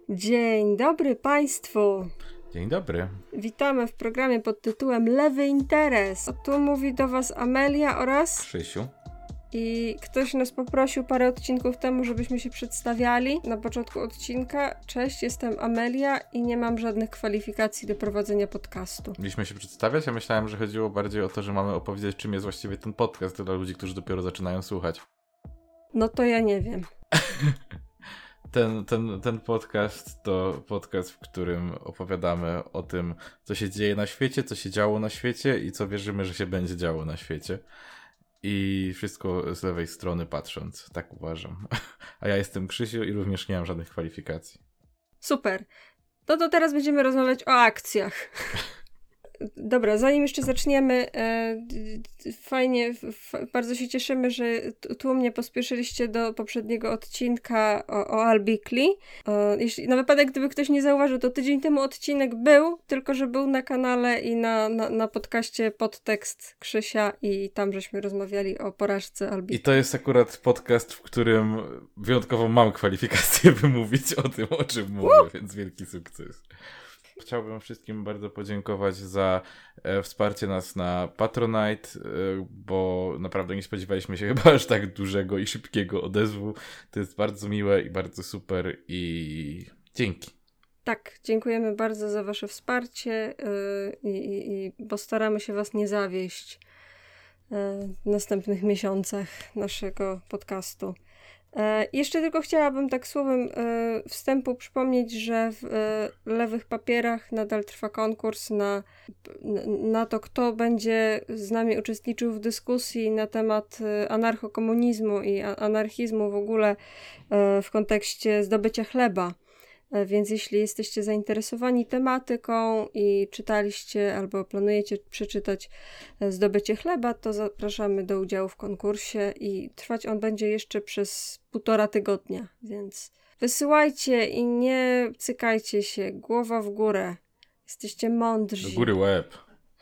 Dzień dobry Państwu. Dzień dobry. Witamy w programie pod tytułem Lewy Interes. Tu mówi do Was Amelia oraz Krzysiu. I ktoś nas poprosił parę odcinków temu, żebyśmy się przedstawiali. Na początku odcinka: cześć, jestem Amelia i nie mam żadnych kwalifikacji do prowadzenia podcastu. Mieliśmy się przedstawiać? Ja myślałem, że chodziło bardziej o to, że mamy opowiedzieć, czym jest właściwie ten podcast dla ludzi, którzy dopiero zaczynają słuchać. No to ja nie wiem. Ten podcast to podcast, w którym opowiadamy o tym, co się dzieje na świecie, co się działo na świecie i co wierzymy, że się będzie działo na świecie. I wszystko z lewej strony patrząc, tak uważam. A ja jestem Krzysiu i również nie mam żadnych kwalifikacji. Super. No to teraz będziemy rozmawiać o akcjach. Dobra, zanim jeszcze zaczniemy, fajnie, bardzo się cieszymy, że tłumnie pospieszyliście do poprzedniego odcinka o Albikli. Jeśli, na wypadek, gdyby ktoś nie zauważył, to tydzień temu odcinek był, tylko że był na kanale i na podcaście Podtekst Krzysia i tam żeśmy rozmawiali o porażce Albikli. I to jest akurat podcast, w którym wyjątkowo mam kwalifikacje, by mówić o tym, o czym mówię, więc wielki sukces. Chciałbym wszystkim bardzo podziękować za wsparcie nas na Patronite, bo naprawdę nie spodziewaliśmy się chyba aż tak dużego i szybkiego odezwu. To jest bardzo miłe i bardzo super i dzięki. Tak, dziękujemy bardzo za wasze wsparcie i postaramy się was nie zawieść w następnych miesiącach naszego podcastu. Jeszcze tylko chciałabym tak słowem wstępu przypomnieć, że w Lewych Papierach nadal trwa konkurs na to, kto będzie z nami uczestniczył w dyskusji na temat anarchokomunizmu i anarchizmu w ogóle w kontekście zdobycia chleba. Więc jeśli jesteście zainteresowani tematyką i czytaliście albo planujecie przeczytać Zdobycie chleba, to zapraszamy do udziału w konkursie i trwać on będzie jeszcze przez 1,5 tygodnia, więc wysyłajcie i nie cykajcie się, głowa w górę. Jesteście mądrzy. Do góry łeb.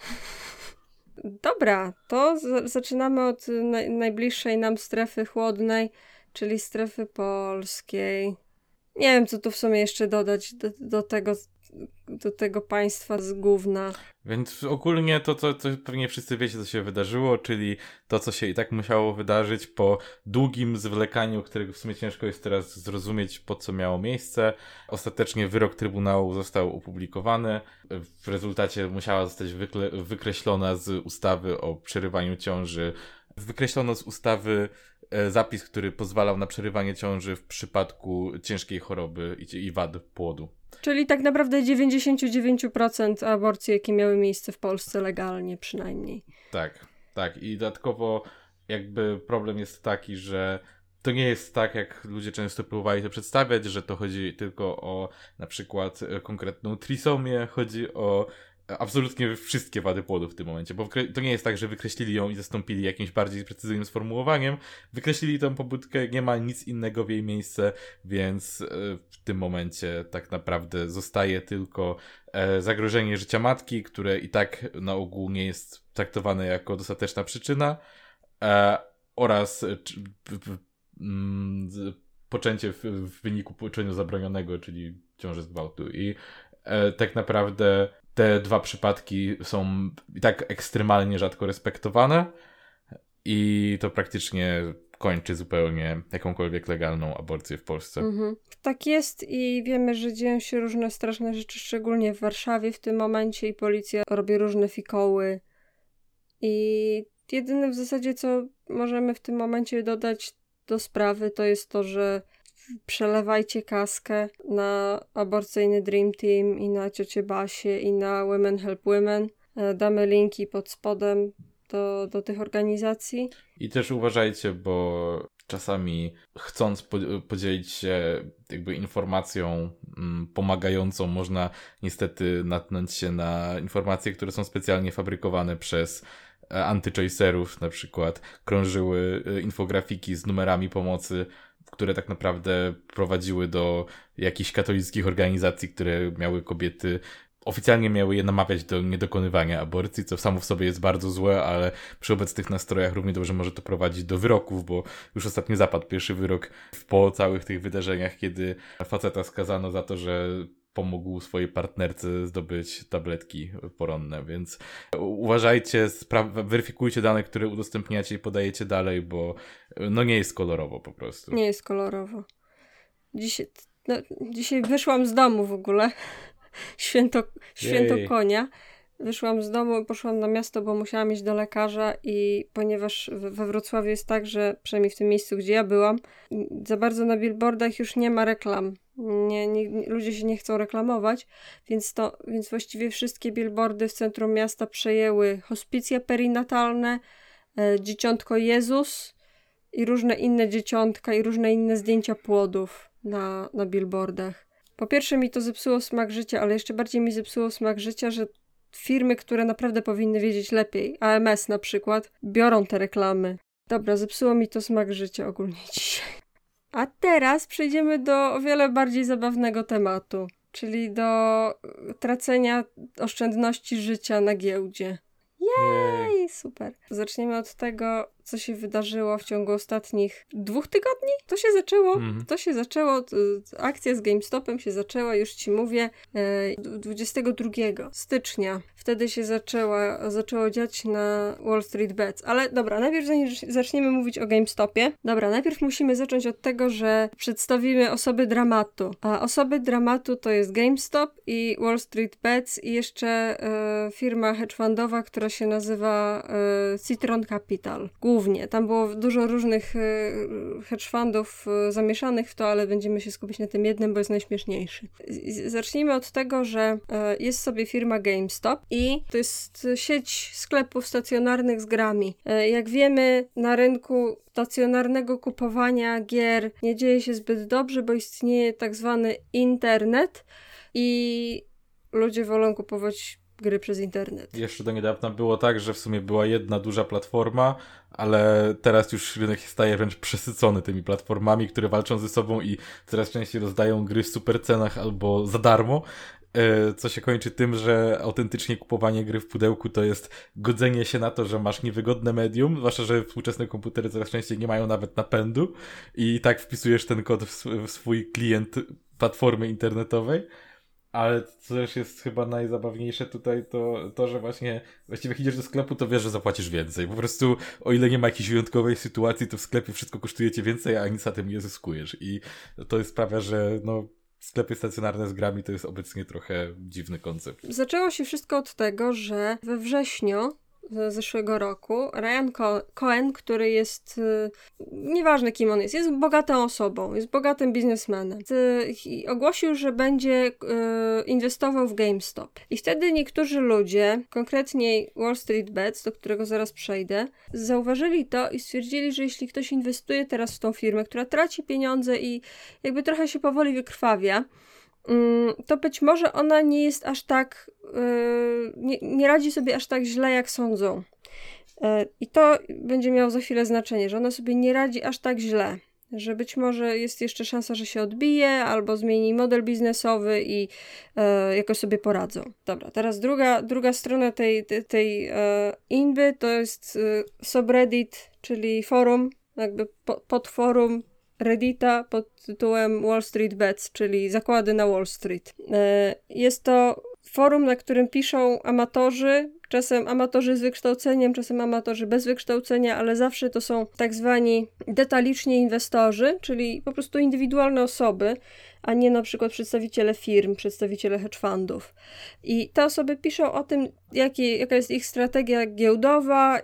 Dobra, to zaczynamy od najbliższej nam strefy chłodnej, czyli strefy polskiej. Nie wiem, co tu w sumie jeszcze dodać do tego państwa z gówna. Więc ogólnie to pewnie wszyscy wiecie, co się wydarzyło, czyli to, co się i tak musiało wydarzyć po długim zwlekaniu, którego w sumie ciężko jest teraz zrozumieć, po co miało miejsce. Ostatecznie wyrok Trybunału został opublikowany. W rezultacie musiała zostać wykreślona z ustawy o przerywaniu ciąży. Wykreślono z ustawy zapis, który pozwalał na przerywanie ciąży w przypadku ciężkiej choroby i wad płodu. Czyli tak naprawdę 99% aborcji, jakie miały miejsce w Polsce legalnie przynajmniej. Tak. I dodatkowo jakby problem jest taki, że to nie jest tak, jak ludzie często próbowali to przedstawiać, że to chodzi tylko o na przykład konkretną trisomię, chodzi o absolutnie wszystkie wady płodu w tym momencie, bo to nie jest tak, że wykreślili ją i zastąpili jakimś bardziej precyzyjnym sformułowaniem. Wykreślili tą pobudkę, nie ma nic innego w jej miejsce, więc w tym momencie tak naprawdę zostaje tylko zagrożenie życia matki, które i tak na ogół nie jest traktowane jako dostateczna przyczyna, oraz poczęcie w wyniku poczynu zabronionego, czyli ciąży z gwałtu. I tak naprawdę te dwa przypadki są i tak ekstremalnie rzadko respektowane i to praktycznie kończy zupełnie jakąkolwiek legalną aborcję w Polsce. Tak jest i wiemy, że dzieją się różne straszne rzeczy, szczególnie w Warszawie w tym momencie i policja robi różne fikoły i jedyne w zasadzie, co możemy w tym momencie dodać do sprawy, to jest to, że przelewajcie kaskę na aborcyjny Dream Team i na ciocię Basię i na Women Help Women. Damy linki pod spodem do tych organizacji. I też uważajcie, bo czasami chcąc podzielić się jakby informacją pomagającą, można niestety natknąć się na informacje, które są specjalnie fabrykowane przez anty-choicerów. Na przykład krążyły infografiki z numerami pomocy, które tak naprawdę prowadziły do jakichś katolickich organizacji, które miały kobiety oficjalnie miały je namawiać do niedokonywania aborcji, co samo w sobie jest bardzo złe, ale przy obecnych nastrojach równie dobrze może to prowadzić do wyroków, bo już ostatnio zapadł pierwszy wyrok po całych tych wydarzeniach, kiedy faceta skazano za to, że pomógł swojej partnerce zdobyć tabletki poronne, więc uważajcie, weryfikujcie dane, które udostępniacie i podajecie dalej, bo no nie jest kolorowo po prostu. Nie jest kolorowo. Dzisiaj wyszłam z domu w ogóle. Święto konia. Wyszłam z domu i poszłam na miasto, bo musiałam iść do lekarza i ponieważ we Wrocławiu jest tak, że przynajmniej w tym miejscu, gdzie ja byłam, za bardzo na billboardach już nie ma reklam. Ludzie się nie chcą reklamować, więc właściwie wszystkie billboardy w centrum miasta przejęły hospicja perinatalne, dzieciątko Jezus i różne inne dzieciątka i różne inne zdjęcia płodów na billboardach. Po pierwsze mi to zepsuło smak życia, ale jeszcze bardziej mi zepsuło smak życia, że firmy, które naprawdę powinny wiedzieć lepiej, AMS na przykład, biorą te reklamy. Dobra, zepsuło mi to smak życia ogólnie dzisiaj. A teraz przejdziemy do o wiele bardziej zabawnego tematu, czyli do tracenia oszczędności życia na giełdzie. Jej, super. Zaczniemy od tego, co się wydarzyło w ciągu ostatnich 2 tygodni. To się zaczęło, akcja z GameStopem się zaczęła, już ci mówię, 22 stycznia. Wtedy się zaczęło dziać na Wall Street Bets. Ale dobra, najpierw zaczniemy mówić o GameStopie. Dobra, najpierw musimy zacząć od tego, że przedstawimy osoby dramatu. A osoby dramatu to jest GameStop i Wall Street Bets i jeszcze firma hedge fundowa, która się nazywa Citron Capital. Głównie. Tam było dużo różnych hedge fundów zamieszanych w to, ale będziemy się skupić na tym jednym, bo jest najśmieszniejszy. Zacznijmy od tego, że jest sobie firma GameStop i to jest sieć sklepów stacjonarnych z grami. Jak wiemy, na rynku stacjonarnego kupowania gier nie dzieje się zbyt dobrze, bo istnieje tak zwany internet i ludzie wolą kupować gry przez internet. Jeszcze do niedawna było tak, że w sumie była jedna duża platforma, ale teraz już rynek staje wręcz przesycony tymi platformami, które walczą ze sobą i coraz częściej rozdają gry w super cenach albo za darmo, co się kończy tym, że autentycznie kupowanie gry w pudełku to jest godzenie się na to, że masz niewygodne medium, zwłaszcza, że współczesne komputery coraz częściej nie mają nawet napędu i tak wpisujesz ten kod w swój klient platformy internetowej. Ale co też jest chyba najzabawniejsze tutaj, to że właściwie jak idziesz do sklepu, to wiesz, że zapłacisz więcej. Po prostu, o ile nie ma jakiejś wyjątkowej sytuacji, to w sklepie wszystko kosztuje cię więcej, a nic na tym nie zyskujesz. I to sprawia, że sklepy stacjonarne z grami to jest obecnie trochę dziwny koncept. Zaczęło się wszystko od tego, że we wrześniu zeszłego roku Ryan Cohen, który jest, nieważne kim on jest bogatą osobą, jest bogatym biznesmenem, ogłosił, że będzie inwestował w GameStop. I wtedy niektórzy ludzie, konkretnie Wall Street Bets, do którego zaraz przejdę, zauważyli to i stwierdzili, że jeśli ktoś inwestuje teraz w tą firmę, która traci pieniądze i jakby trochę się powoli wykrwawia, to być może ona nie jest aż tak, nie radzi sobie aż tak źle, jak sądzą. I to będzie miało za chwilę znaczenie, że ona sobie nie radzi aż tak źle, że być może jest jeszcze szansa, że się odbije, albo zmieni model biznesowy i jakoś sobie poradzą. Dobra, teraz druga strona tej inby to jest subreddit, czyli forum, jakby podforum Reddita pod tytułem Wall Street Bets, czyli zakłady na Wall Street. Jest to forum, na którym piszą amatorzy, czasem amatorzy z wykształceniem, czasem amatorzy bez wykształcenia, ale zawsze to są tak zwani detaliczni inwestorzy, czyli po prostu indywidualne osoby, a nie na przykład przedstawiciele firm, przedstawiciele hedge fundów. I te osoby piszą o tym, jaka jest ich strategia giełdowa,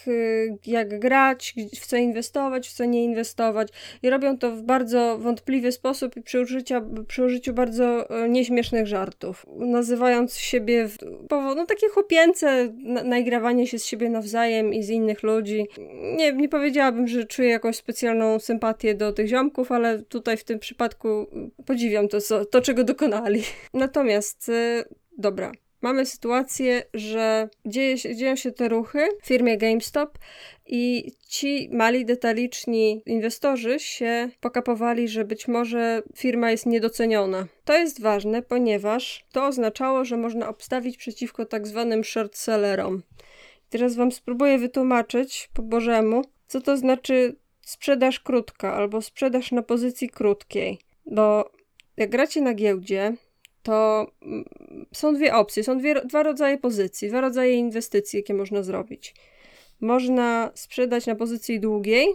jak grać, w co inwestować, w co nie inwestować. I robią to w bardzo wątpliwy sposób i przy użyciu bardzo nieśmiesznych żartów. Nazywając siebie takie chłopięce naigrawanie się z siebie nawzajem i z innych ludzi. Nie powiedziałabym, że czuję jakąś specjalną sympatię do tych ziomków, ale tutaj w tym przypadku podziwiam to czego dokonali. Natomiast, dobra, mamy sytuację, że dzieją się te ruchy w firmie GameStop i ci mali, detaliczni inwestorzy się pokapowali, że być może firma jest niedoceniona. To jest ważne, ponieważ to oznaczało, że można obstawić przeciwko tak zwanym short sellerom. Teraz wam spróbuję wytłumaczyć po bożemu, co to znaczy sprzedaż krótka albo sprzedaż na pozycji krótkiej. Bo jak gracie na giełdzie, to są dwie opcje, są dwa rodzaje pozycji, dwa rodzaje inwestycji, jakie można zrobić. Można sprzedać na pozycji długiej,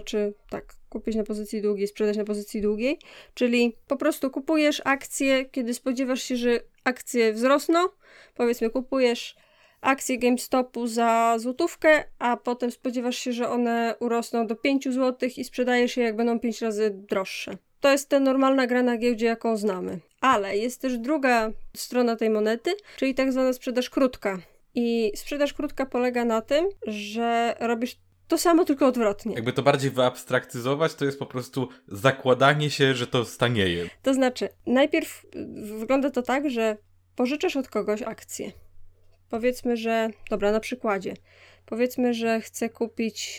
kupić na pozycji długiej, sprzedać na pozycji długiej, czyli po prostu kupujesz akcje, kiedy spodziewasz się, że akcje wzrosną, powiedzmy kupujesz akcje GameStopu za złotówkę, a potem spodziewasz się, że one urosną do 5 zł i sprzedajesz je, jak będą 5 razy droższe. To jest ta normalna gra na giełdzie, jaką znamy. Ale jest też druga strona tej monety, czyli tak zwana sprzedaż krótka. I sprzedaż krótka polega na tym, że robisz to samo, tylko odwrotnie. Jakby to bardziej wyabstraktyzować, to jest po prostu zakładanie się, że to stanieje. To znaczy, najpierw wygląda to tak, że pożyczasz od kogoś akcję. Powiedzmy, że, na przykładzie. Powiedzmy, że chcę kupić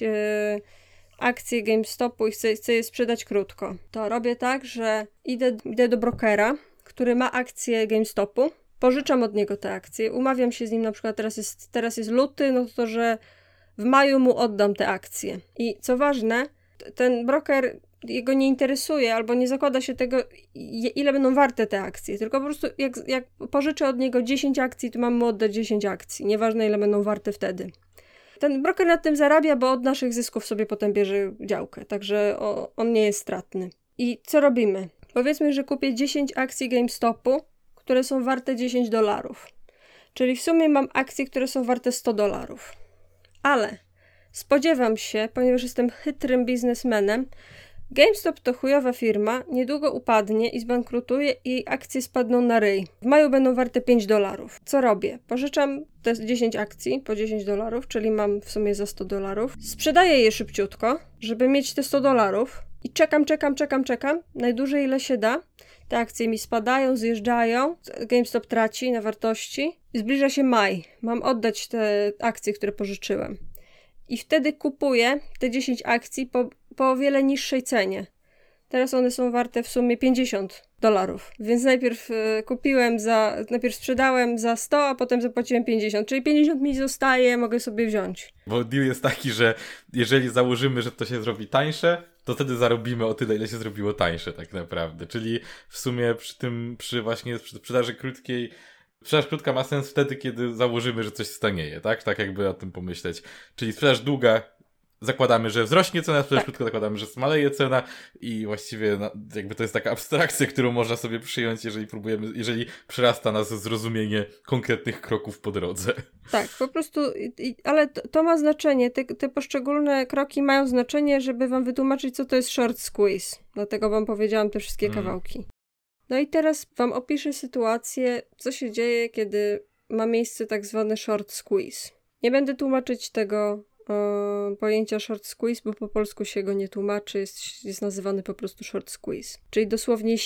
akcje GameStopu i chcę je sprzedać krótko. To robię tak, że idę do brokera, który ma akcje GameStopu, pożyczam od niego te akcje, umawiam się z nim, na przykład teraz jest luty, no to, że w maju mu oddam te akcje. I co ważne, ten broker, jego nie interesuje albo nie zakłada się tego, ile będą warte te akcje, tylko po prostu jak pożyczę od niego 10 akcji, to mam mu oddać 10 akcji, nieważne ile będą warte wtedy. Ten broker nad tym zarabia, bo od naszych zysków sobie potem bierze działkę, także on nie jest stratny. I co robimy? Powiedzmy, że kupię 10 akcji GameStopu, które są warte $10. Czyli w sumie mam akcje, które są warte $100. Ale spodziewam się, ponieważ jestem chytrym biznesmenem, GameStop to chujowa firma, niedługo upadnie i zbankrutuje i jej akcje spadną na ryj. W maju będą warte $5. Co robię? Pożyczam te 10 akcji po $10, czyli mam w sumie za $100. Sprzedaję je szybciutko, żeby mieć te $100 i czekam, najdłużej ile się da. Te akcje mi spadają, zjeżdżają, GameStop traci na wartości i zbliża się maj. Mam oddać te akcje, które pożyczyłem. I wtedy kupuję te 10 akcji po o wiele niższej cenie. Teraz one są warte w sumie $50. Więc najpierw sprzedałem za 100, a potem zapłaciłem 50. Czyli 50 mi zostaje, mogę sobie wziąć. Bo deal jest taki, że jeżeli założymy, że to się zrobi tańsze, to wtedy zarobimy o tyle, ile się zrobiło tańsze tak naprawdę. Czyli w sumie przy właśnie sprzedaży krótkiej, sprzedaż krótka ma sens wtedy, kiedy założymy, że coś stanieje, tak? Tak jakby o tym pomyśleć. Czyli sprzedaż długa zakładamy, że wzrośnie cena, sprzedaż krótko zakładamy, że zmaleje cena i właściwie jakby to jest taka abstrakcja, którą można sobie przyjąć, jeżeli przerasta nas zrozumienie konkretnych kroków po drodze. Tak, po prostu, ale to ma znaczenie, te poszczególne kroki mają znaczenie, żeby wam wytłumaczyć, co to jest short squeeze. Dlatego wam powiedziałam te wszystkie kawałki. No i teraz wam opiszę sytuację, co się dzieje, kiedy ma miejsce tak zwany short squeeze. Nie będę tłumaczyć tego pojęcia short squeeze, bo po polsku się go nie tłumaczy, jest nazywany po prostu short squeeze. Czyli dosłownie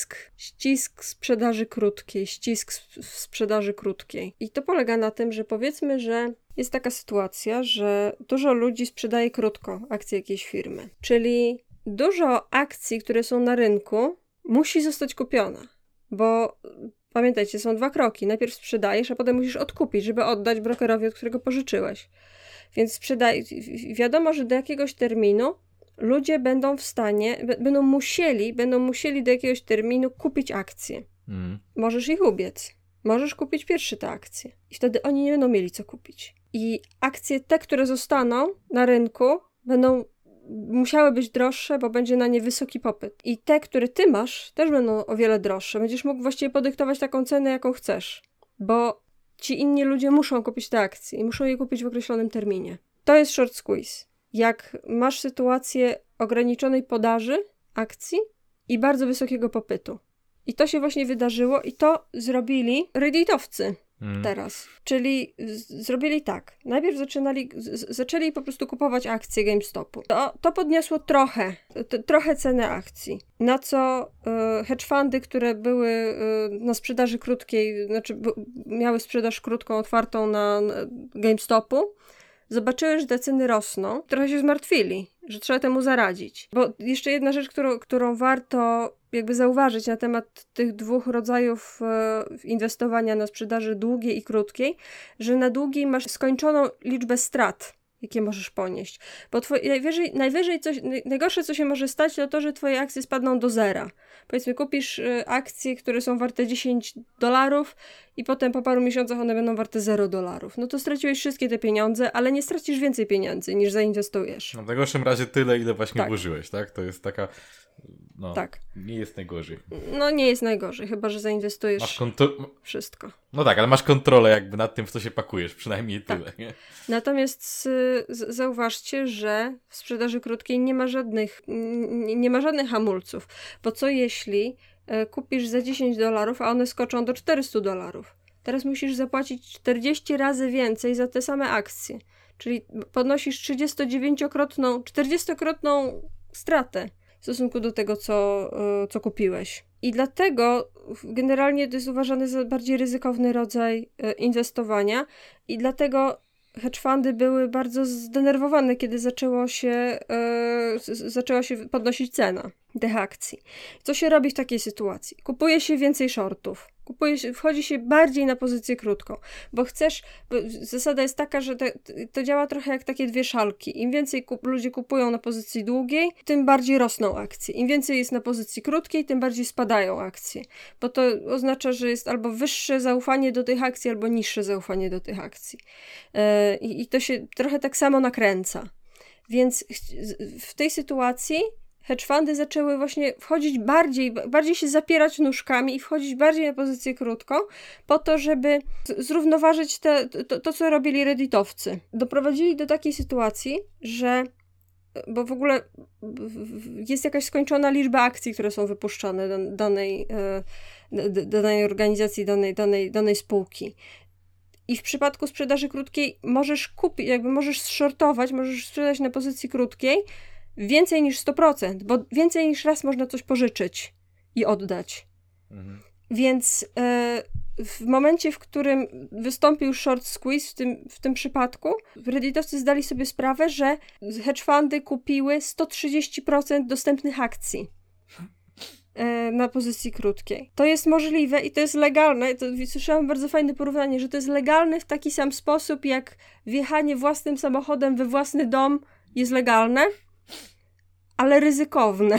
ścisk sprzedaży krótkiej, ścisk sprzedaży krótkiej. I to polega na tym, że powiedzmy, że jest taka sytuacja, że dużo ludzi sprzedaje krótko akcje jakiejś firmy. Czyli dużo akcji, które są na rynku, musi zostać kupiona, bo pamiętajcie, są dwa kroki. Najpierw sprzedajesz, a potem musisz odkupić, żeby oddać brokerowi, od którego pożyczyłeś. Więc wiadomo, że do jakiegoś terminu ludzie będą w stanie, będą musieli do jakiegoś terminu kupić akcje. Możesz ich ubiec. Możesz kupić pierwszy te akcje. I wtedy oni nie będą mieli co kupić. I akcje te, które zostaną na rynku, będą musiały być droższe, bo będzie na nie wysoki popyt. I te, które ty masz, też będą o wiele droższe. Będziesz mógł właściwie podyktować taką cenę, jaką chcesz. Bo ci inni ludzie muszą kupić te akcje i muszą je kupić w określonym terminie. To jest short squeeze. Jak masz sytuację ograniczonej podaży akcji i bardzo wysokiego popytu. I to się właśnie wydarzyło i to zrobili redditowcy. teraz. Czyli zrobili tak. Najpierw zaczęli po prostu kupować akcje GameStopu. To podniosło trochę cenę akcji. Na co hedge fundy, które były na sprzedaży krótkiej, znaczy miały sprzedaż krótką otwartą na GameStopu, zobaczyły, że te ceny rosną. Trochę się zmartwili, że trzeba temu zaradzić. Bo jeszcze jedna rzecz, którą warto jakby zauważyć na temat tych dwóch rodzajów inwestowania na sprzedaży długiej i krótkiej, że na długiej masz skończoną liczbę strat, jakie możesz ponieść. Bo najgorsze, co się może stać, to to, że twoje akcje spadną do zera. Powiedzmy, kupisz akcje, które są warte $10 i potem po paru miesiącach one będą warte $0. No to straciłeś wszystkie te pieniądze, ale nie stracisz więcej pieniędzy niż zainwestujesz. No w najgorszym razie tyle, ile właśnie włożyłeś, tak? To jest taka... No, tak. Nie jest najgorzej. No nie jest najgorzej, chyba że zainwestujesz wszystko. No tak, ale masz kontrolę jakby nad tym, w co się pakujesz, przynajmniej tyle. Tak. Nie? Natomiast zauważcie, że w sprzedaży krótkiej nie ma żadnych hamulców, bo co jeśli kupisz za $10, a one skoczą do $400? Teraz musisz zapłacić 40 razy więcej za te same akcje, czyli podnosisz 40-krotną stratę w stosunku do tego, co kupiłeś. I dlatego generalnie to jest uważany za bardziej ryzykowny rodzaj inwestowania i dlatego hedge fundy były bardzo zdenerwowane, kiedy zaczęła się podnosić cena tych akcji. Co się robi w takiej sytuacji? Kupuje się więcej shortów. Wchodzi się bardziej na pozycję krótką, bo zasada jest taka, że to działa trochę jak takie dwie szalki. Im więcej ludzie kupują na pozycji długiej, tym bardziej rosną akcje. Im więcej jest na pozycji krótkiej, tym bardziej spadają akcje. Bo to oznacza, że jest albo wyższe zaufanie do tych akcji, albo niższe zaufanie do tych akcji. I to się trochę tak samo nakręca. Więc w tej sytuacji hedge fundy zaczęły właśnie wchodzić bardziej się zapierać nóżkami i wchodzić bardziej na pozycję krótką, po to, żeby zrównoważyć to, co robili redditowcy. Doprowadzili do takiej sytuacji, że bo w ogóle jest jakaś skończona liczba akcji, które są wypuszczone do danej organizacji, danej spółki. I w przypadku sprzedaży krótkiej możesz kupić, możesz shortować, możesz sprzedać na pozycji krótkiej więcej niż 100%, bo więcej niż raz można coś pożyczyć i oddać. Mhm. Więc w momencie, w którym wystąpił short squeeze w tym przypadku, redditowcy zdali sobie sprawę, że hedge fundy kupiły 130% dostępnych akcji na pozycji krótkiej. To jest możliwe i to jest legalne. Słyszałam bardzo fajne porównanie, że to jest legalne w taki sam sposób, jak wjechanie własnym samochodem we własny dom jest legalne, ale ryzykowne.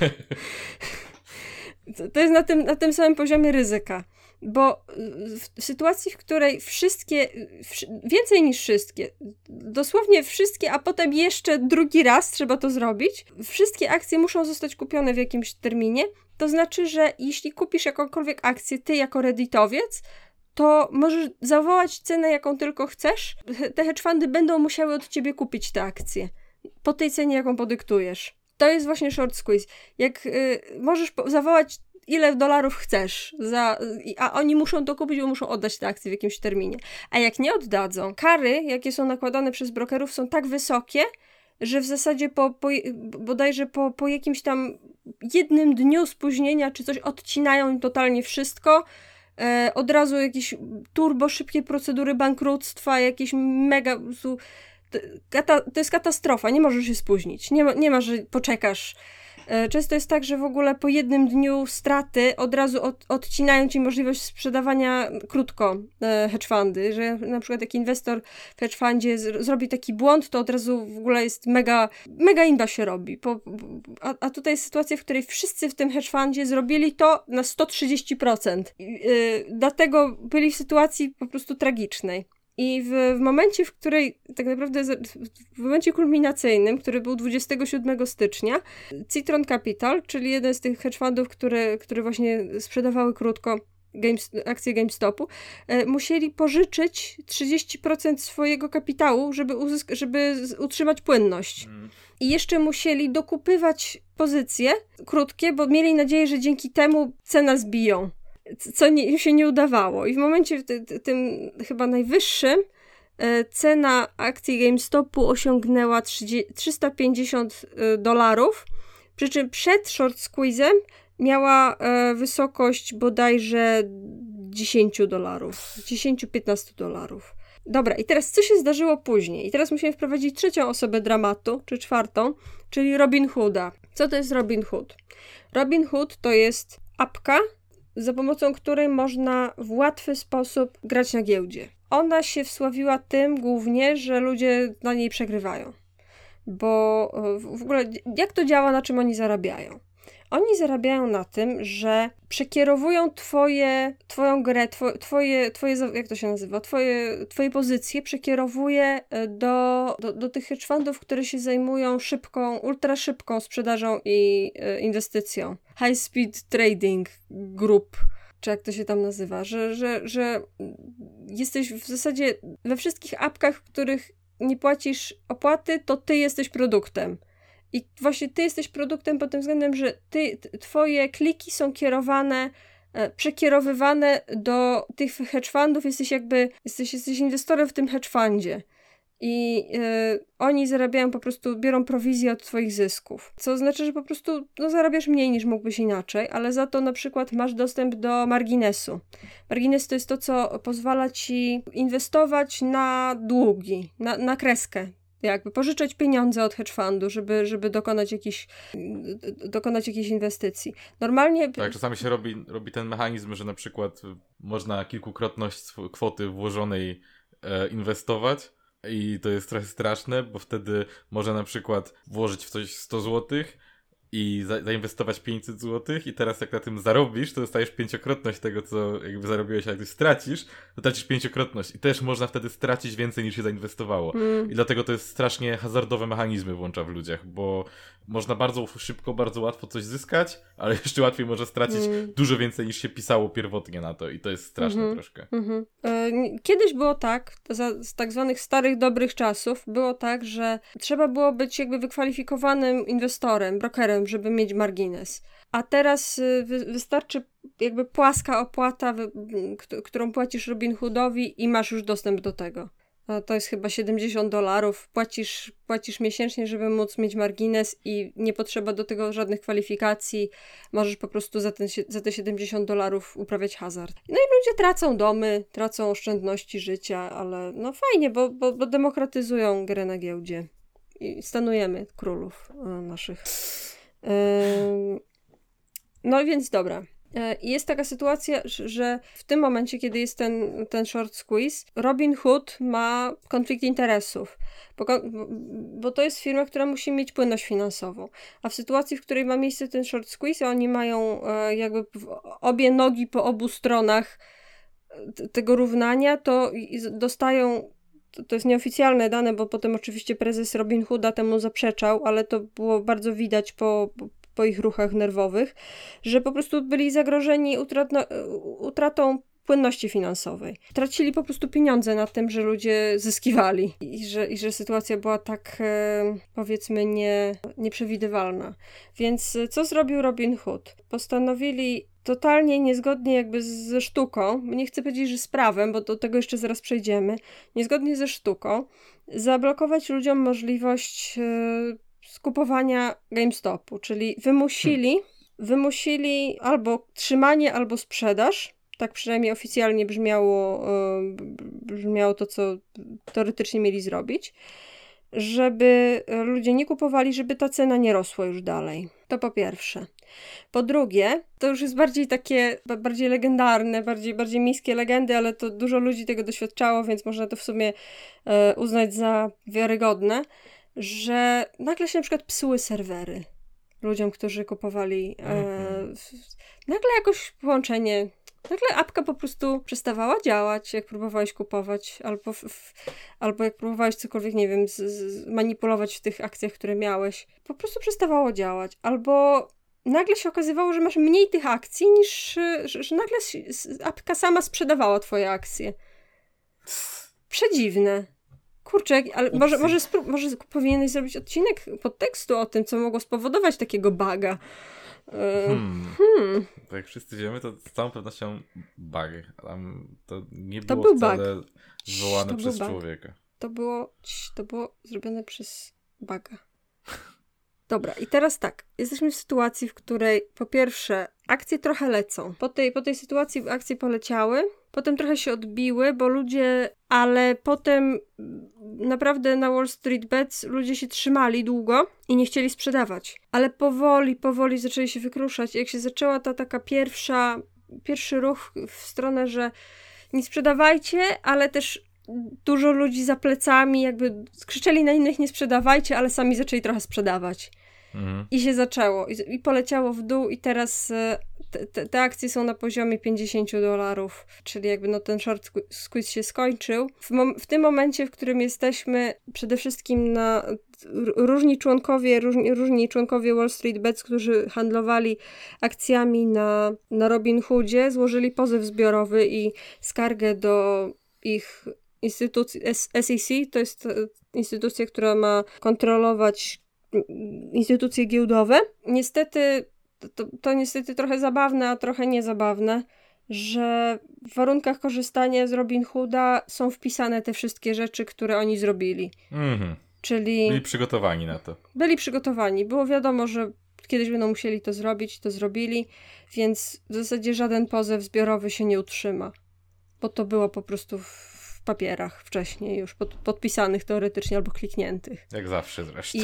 To jest na tym samym poziomie ryzyka. Bo w sytuacji, w której więcej niż wszystkie, dosłownie wszystkie, a potem jeszcze drugi raz trzeba to zrobić, wszystkie akcje muszą zostać kupione w jakimś terminie, to znaczy, że jeśli kupisz jakąkolwiek akcję, ty jako redditowiec, to możesz zawołać cenę, jaką tylko chcesz. Te hedge fundy będą musiały od ciebie kupić te akcje po tej cenie, jaką podyktujesz. To jest właśnie short squeeze. Jak możesz zawołać ile dolarów chcesz, a oni muszą to kupić, bo muszą oddać te akcje w jakimś terminie. A jak nie oddadzą, kary, jakie są nakładane przez brokerów, są tak wysokie, że w zasadzie bodajże po jakimś tam jednym dniu spóźnienia czy coś odcinają im totalnie wszystko. Od razu jakieś turbo szybkie procedury bankructwa, jakieś mega... To jest katastrofa, nie możesz się spóźnić. Nie ma, że poczekasz. Często jest tak, że w ogóle po jednym dniu straty od razu odcinają ci możliwość sprzedawania krótko hedge fundy, że na przykład jak inwestor w hedge fundzie zrobi taki błąd, to od razu w ogóle jest mega inba się robi. A tutaj jest sytuacja, w której wszyscy w tym hedge fundzie zrobili to na 130%. Dlatego byli w sytuacji po prostu tragicznej. I w momencie, w której tak naprawdę w momencie kulminacyjnym, który był 27 stycznia, Citron Capital, czyli jeden z tych hedge fundów, które właśnie sprzedawały krótko akcje GameStopu, musieli pożyczyć 30% swojego kapitału, żeby utrzymać płynność. I jeszcze musieli dokupywać pozycje krótkie, bo mieli nadzieję, że dzięki temu cena zbiją. co im się nie udawało. I w momencie tym chyba najwyższym cena akcji GameStopu osiągnęła $350, przy czym przed short squeezem miała wysokość bodajże $10, $10-15. Dobra, i teraz co się zdarzyło później? I teraz musimy wprowadzić trzecią osobę dramatu, czy czwartą, czyli Robin Hooda. Co to jest Robin Hood? Robin Hood to jest apka, za pomocą której można w łatwy sposób grać na giełdzie. Ona się wsławiła tym głównie, że ludzie na niej przegrywają. Bo w ogóle jak to działa, na czym oni zarabiają? Oni zarabiają na tym, że przekierowują twoją grę, jak to się nazywa, twoje pozycje przekierowuje do tych hedge fundów, które się zajmują ultra szybką sprzedażą i inwestycją. High Speed Trading Group, czy jak to się tam nazywa, że jesteś w zasadzie we wszystkich apkach, w których nie płacisz opłaty, to ty jesteś produktem. I właśnie ty jesteś produktem pod tym względem, że twoje kliki są przekierowywane do tych hedge fundów, jesteś inwestorem w tym hedge fundzie. I oni zarabiają biorą prowizję od twoich zysków. Co oznacza, że po prostu zarabiasz mniej niż mógłbyś inaczej, ale za to na przykład masz dostęp do marginesu. Margines to jest to, co pozwala ci inwestować na długi, na kreskę. Jakby pożyczać pieniądze od hedge fundu, żeby dokonać jakiejś inwestycji. Normalnie... Tak, czasami się robi ten mechanizm, że na przykład można kilkukrotność kwoty włożonej inwestować i to jest trochę straszne, bo wtedy można na przykład włożyć w coś 100 zł i zainwestować 500 zł i teraz jak na tym zarobisz, to dostajesz 5-krotność tego, co jakby zarobiłeś, a jak ty stracisz, to tracisz 5-krotność i też można wtedy stracić więcej niż się zainwestowało. I dlatego to jest strasznie hazardowe mechanizmy włącza w ludziach, bo można bardzo szybko, bardzo łatwo coś zyskać, ale jeszcze łatwiej można stracić dużo więcej niż się pisało pierwotnie na to i to jest straszne troszkę. Kiedyś było tak, z tak zwanych starych, dobrych czasów, było tak, że trzeba było być jakby wykwalifikowanym inwestorem, brokerem, żeby mieć margines. A teraz wystarczy jakby płaska opłata, którą płacisz Robin Hoodowi i masz już dostęp do tego. To jest chyba $70. Płacisz miesięcznie, żeby móc mieć margines i nie potrzeba do tego żadnych kwalifikacji. Możesz po prostu za te $70 uprawiać hazard. No i ludzie tracą domy, tracą oszczędności życia, ale no fajnie, bo demokratyzują grę na giełdzie. I stanujemy królów naszych. No więc dobra. I jest taka sytuacja, że w tym momencie, kiedy jest ten short squeeze, Robin Hood ma konflikt interesów, bo to jest firma, która musi mieć płynność finansową. A w sytuacji, w której ma miejsce ten short squeeze, oni mają jakby obie nogi po obu stronach tego równania, to dostają... To jest nieoficjalne dane, bo potem oczywiście prezes Robin Hooda temu zaprzeczał, ale to było bardzo widać po ich ruchach nerwowych, że po prostu byli zagrożeni utratą płynności finansowej. Tracili po prostu pieniądze na tym, że ludzie zyskiwali i że sytuacja była tak, powiedzmy, nieprzewidywalna. Więc co zrobił Robin Hood? Postanowili totalnie niezgodnie jakby ze sztuką, nie chcę powiedzieć, że z prawem, bo do tego jeszcze zaraz przejdziemy, niezgodnie ze sztuką, zablokować ludziom możliwość skupowania GameStopu, czyli wymusili albo trzymanie, albo sprzedaż. Tak przynajmniej oficjalnie brzmiało to, co teoretycznie mieli zrobić, żeby ludzie nie kupowali, żeby ta cena nie rosła już dalej. To po pierwsze. Po drugie, to już jest bardziej legendarne, bardziej miejskie legendy, ale to dużo ludzi tego doświadczało, więc można to w sumie uznać za wiarygodne, że nagle się na przykład psuły serwery ludziom, którzy kupowali. Nagle jakoś połączenie, nagle apka po prostu przestawała działać, jak próbowałeś kupować, albo jak próbowałeś cokolwiek, nie wiem, manipulować w tych akcjach, które miałeś. Po prostu przestawało działać. Albo nagle się okazywało, że masz mniej tych akcji, niż że nagle apka sama sprzedawała twoje akcje. Przedziwne. Kurczę, ale może powinieneś zrobić odcinek podtekstu o tym, co mogło spowodować takiego buga. Tak jak wszyscy wiemy, to z całą pewnością bug. To nie To było był wcale bug. zwołane To przez był bug. człowieka. To było zrobione przez buga. Dobra, i teraz tak. Jesteśmy w sytuacji, w której po pierwsze akcje trochę lecą. Po tej sytuacji akcje poleciały, potem trochę się odbiły, bo ludzie, ale potem naprawdę na Wall Street Bets ludzie się trzymali długo i nie chcieli sprzedawać. Ale powoli zaczęli się wykruszać. Jak się zaczęła ta taka pierwszy ruch w stronę, że nie sprzedawajcie, ale też dużo ludzi za plecami jakby krzyczeli na innych nie sprzedawajcie, ale sami zaczęli trochę sprzedawać. I się zaczęło. I poleciało w dół i teraz te akcje są na poziomie $50, czyli jakby no ten short squeeze się skończył. W tym momencie, w którym jesteśmy, przede wszystkim różni członkowie Wall Street Bets, którzy handlowali akcjami na Robinhoodzie, złożyli pozew zbiorowy i skargę do ich instytucji SEC, to jest instytucja, która ma kontrolować instytucje giełdowe. Niestety, to niestety trochę zabawne, a trochę niezabawne, że w warunkach korzystania z Robinhooda są wpisane te wszystkie rzeczy, które oni zrobili. Czyli byli przygotowani na to. Byli przygotowani. Było wiadomo, że kiedyś będą musieli to zrobić, to zrobili, więc w zasadzie żaden pozew zbiorowy się nie utrzyma. Bo to było po prostu w papierach wcześniej już podpisanych teoretycznie albo klikniętych. Jak zawsze zresztą.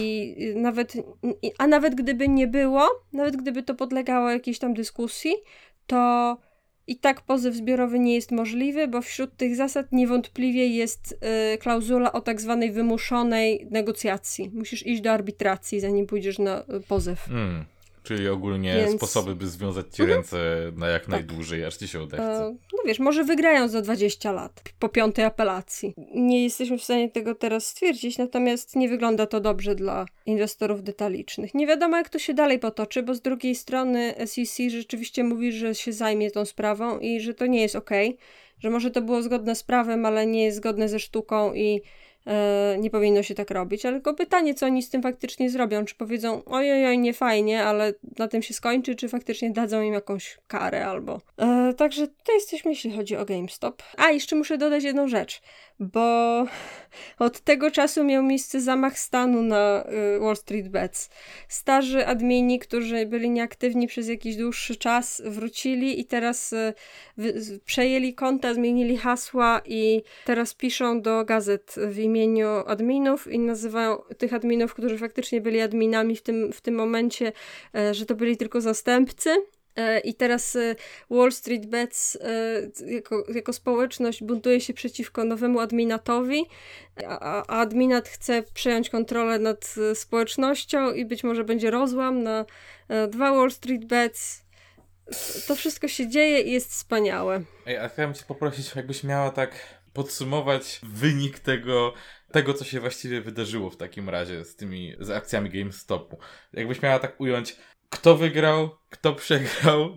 A nawet gdyby nie było, nawet gdyby to podlegało jakiejś tam dyskusji, to i tak pozew zbiorowy nie jest możliwy, bo wśród tych zasad niewątpliwie jest klauzula o tak zwanej wymuszonej negocjacji. Musisz iść do arbitracji, zanim pójdziesz na pozew. Czyli ogólnie sposoby, by związać ci ręce na jak najdłużej, aż ci się odechce. No wiesz, może wygrają za 20 lat, po 5. apelacji. Nie jesteśmy w stanie tego teraz stwierdzić, natomiast nie wygląda to dobrze dla inwestorów detalicznych. Nie wiadomo, jak to się dalej potoczy, bo z drugiej strony SEC rzeczywiście mówi, że się zajmie tą sprawą i że to nie jest okej, że może to było zgodne z prawem, ale nie jest zgodne ze sztuką i nie powinno się tak robić, ale tylko pytanie, co oni z tym faktycznie zrobią, czy powiedzą ojej, nie fajnie, ale na tym się skończy, czy faktycznie dadzą im jakąś karę albo... Także tutaj jesteśmy, jeśli chodzi o GameStop. A, jeszcze muszę dodać jedną rzecz, bo od tego czasu miał miejsce zamach stanu na Wall Street Bets. Starzy admini, którzy byli nieaktywni przez jakiś dłuższy czas, wrócili i teraz przejęli konta, zmienili hasła i teraz piszą do gazet w imieniu adminów i nazywają tych adminów, którzy faktycznie byli adminami w tym momencie, że to byli tylko zastępcy. I teraz Wall Street Bets jako społeczność buntuje się przeciwko nowemu adminatowi, a adminat chce przejąć kontrolę nad społecznością i być może będzie rozłam na 2 Wall Street Bets. To wszystko się dzieje i jest wspaniałe. A chciałem cię poprosić, jakbyś miała tak podsumować wynik tego, co się właściwie wydarzyło w takim razie z akcjami GameStopu. Jakbyś miała tak ująć, kto wygrał, kto przegrał,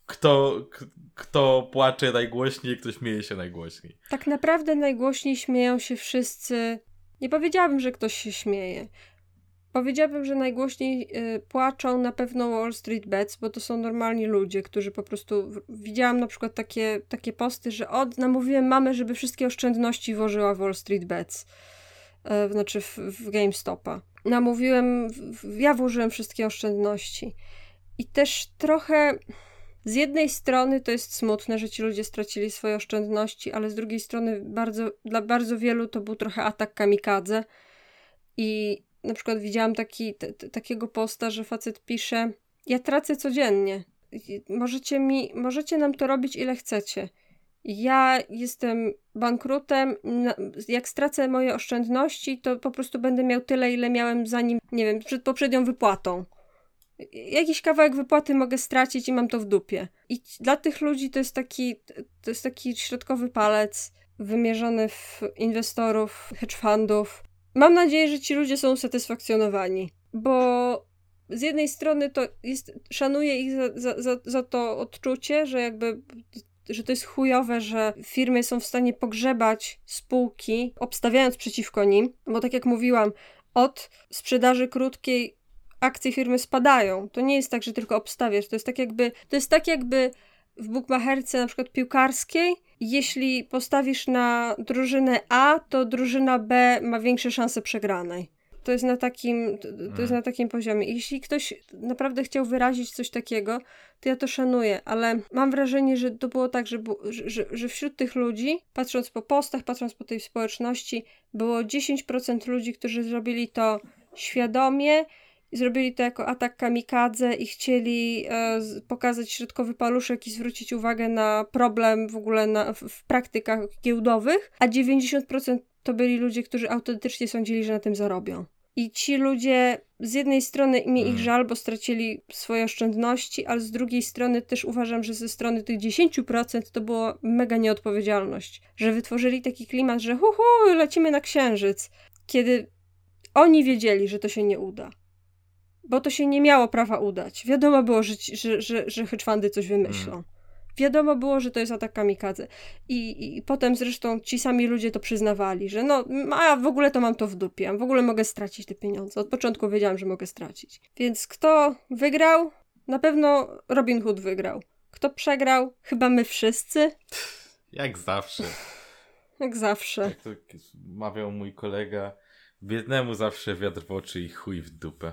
kto płacze najgłośniej, kto śmieje się najgłośniej. Tak naprawdę najgłośniej śmieją się wszyscy. Nie powiedziałabym, że ktoś się śmieje. Powiedziałabym, że najgłośniej płaczą na pewno Wall Street Bets, bo to są normalni ludzie, którzy po prostu... Widziałam na przykład takie posty, że namówiłem mamę, żeby wszystkie oszczędności włożyła w Wall Street Bets. Znaczy w GameStopa. Ja włożyłem wszystkie oszczędności. I też trochę z jednej strony to jest smutne, że ci ludzie stracili swoje oszczędności, ale z drugiej strony dla bardzo wielu to był trochę atak kamikadze. I na przykład widziałam takiego posta, że facet pisze: ja tracę codziennie. Możecie nam to robić ile chcecie. Ja jestem bankrutem, jak stracę moje oszczędności, to po prostu będę miał tyle, ile miałem zanim, nie wiem, przed poprzednią wypłatą. Jakiś kawałek wypłaty mogę stracić i mam to w dupie. I dla tych ludzi to jest taki środkowy palec wymierzony w inwestorów, hedge fundów. Mam nadzieję, że ci ludzie są usatysfakcjonowani, bo z jednej strony szanuję ich za to odczucie, że to jest chujowe, że firmy są w stanie pogrzebać spółki, obstawiając przeciwko nim, bo tak jak mówiłam, od sprzedaży krótkiej akcje firmy spadają. To nie jest tak, że tylko obstawiasz. To jest tak jakby w bukmacherce na przykład piłkarskiej, jeśli postawisz na drużynę A, to drużyna B ma większe szanse przegranej. To jest na takim poziomie. Jeśli ktoś naprawdę chciał wyrazić coś takiego, to ja to szanuję, ale mam wrażenie, że to było tak, że wśród tych ludzi, patrząc po postach, patrząc po tej społeczności, było 10% ludzi, którzy zrobili to świadomie, zrobili to jako atak kamikadze i chcieli pokazać środkowy paluszek i zwrócić uwagę na problem w ogóle w praktykach giełdowych, a 90% to byli ludzie, którzy autentycznie sądzili, że na tym zarobią. I ci ludzie, z jednej strony mi ich żal, bo stracili swoje oszczędności, ale z drugiej strony też uważam, że ze strony tych 10% to była mega nieodpowiedzialność. Że wytworzyli taki klimat, że lecimy na Księżyc. Kiedy oni wiedzieli, że to się nie uda. Bo to się nie miało prawa udać. Wiadomo było, że hedge fundy coś wymyślą. Wiadomo było, że to jest atak kamikadze. I potem zresztą ci sami ludzie to przyznawali, że w ogóle to mam to w dupie, w ogóle mogę stracić te pieniądze. Od początku wiedziałam, że mogę stracić. Więc kto wygrał? Na pewno Robin Hood wygrał. Kto przegrał? Chyba my wszyscy. Jak zawsze. Jak zawsze. Jak to mawiał mój kolega, biednemu zawsze wiatr w oczy i chuj w dupę.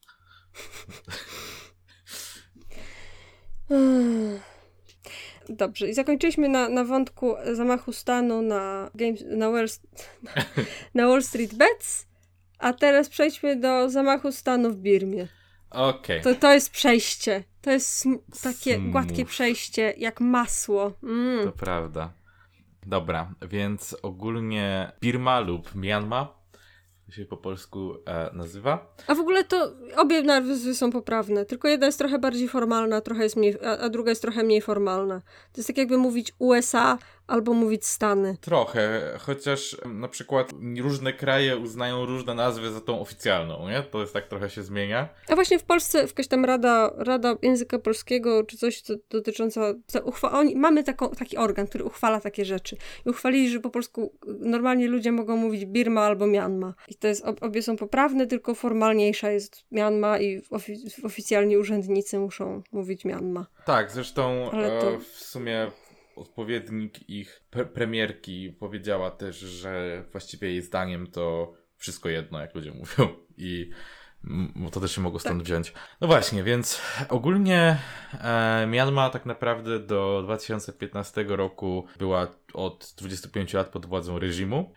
Dobrze, i zakończyliśmy na wątku zamachu stanu na Wall Street Bets, a teraz przejdźmy do zamachu stanu w Birmie. Okej. To jest przejście. To jest takie gładkie przejście, jak masło. To prawda. Dobra, więc ogólnie Birma lub Myanma się po polsku nazywa. A w ogóle to obie nazwy są poprawne, tylko jedna jest trochę bardziej formalna, trochę jest mniej, a druga jest trochę mniej formalna. To jest tak jakby mówić USA albo mówić Stany. Trochę, chociaż na przykład różne kraje uznają różne nazwy za tą oficjalną, nie? To jest tak trochę się zmienia. A właśnie w Polsce jakaś tam rada języka polskiego, czy coś dotycząca... Mamy taki organ, który uchwala takie rzeczy. I uchwalili, że po polsku normalnie ludzie mogą mówić Birma albo Myanma. I to jest, obie są poprawne, tylko formalniejsza jest Myanma i oficjalni urzędnicy muszą mówić Myanma. Tak, zresztą w sumie odpowiednik ich premierki powiedziała też, że właściwie jej zdaniem to wszystko jedno, jak ludzie mówią, i to też się mogło stąd wziąć. No właśnie, więc ogólnie Myanma tak naprawdę do 2015 roku była od 25 lat pod władzą reżimu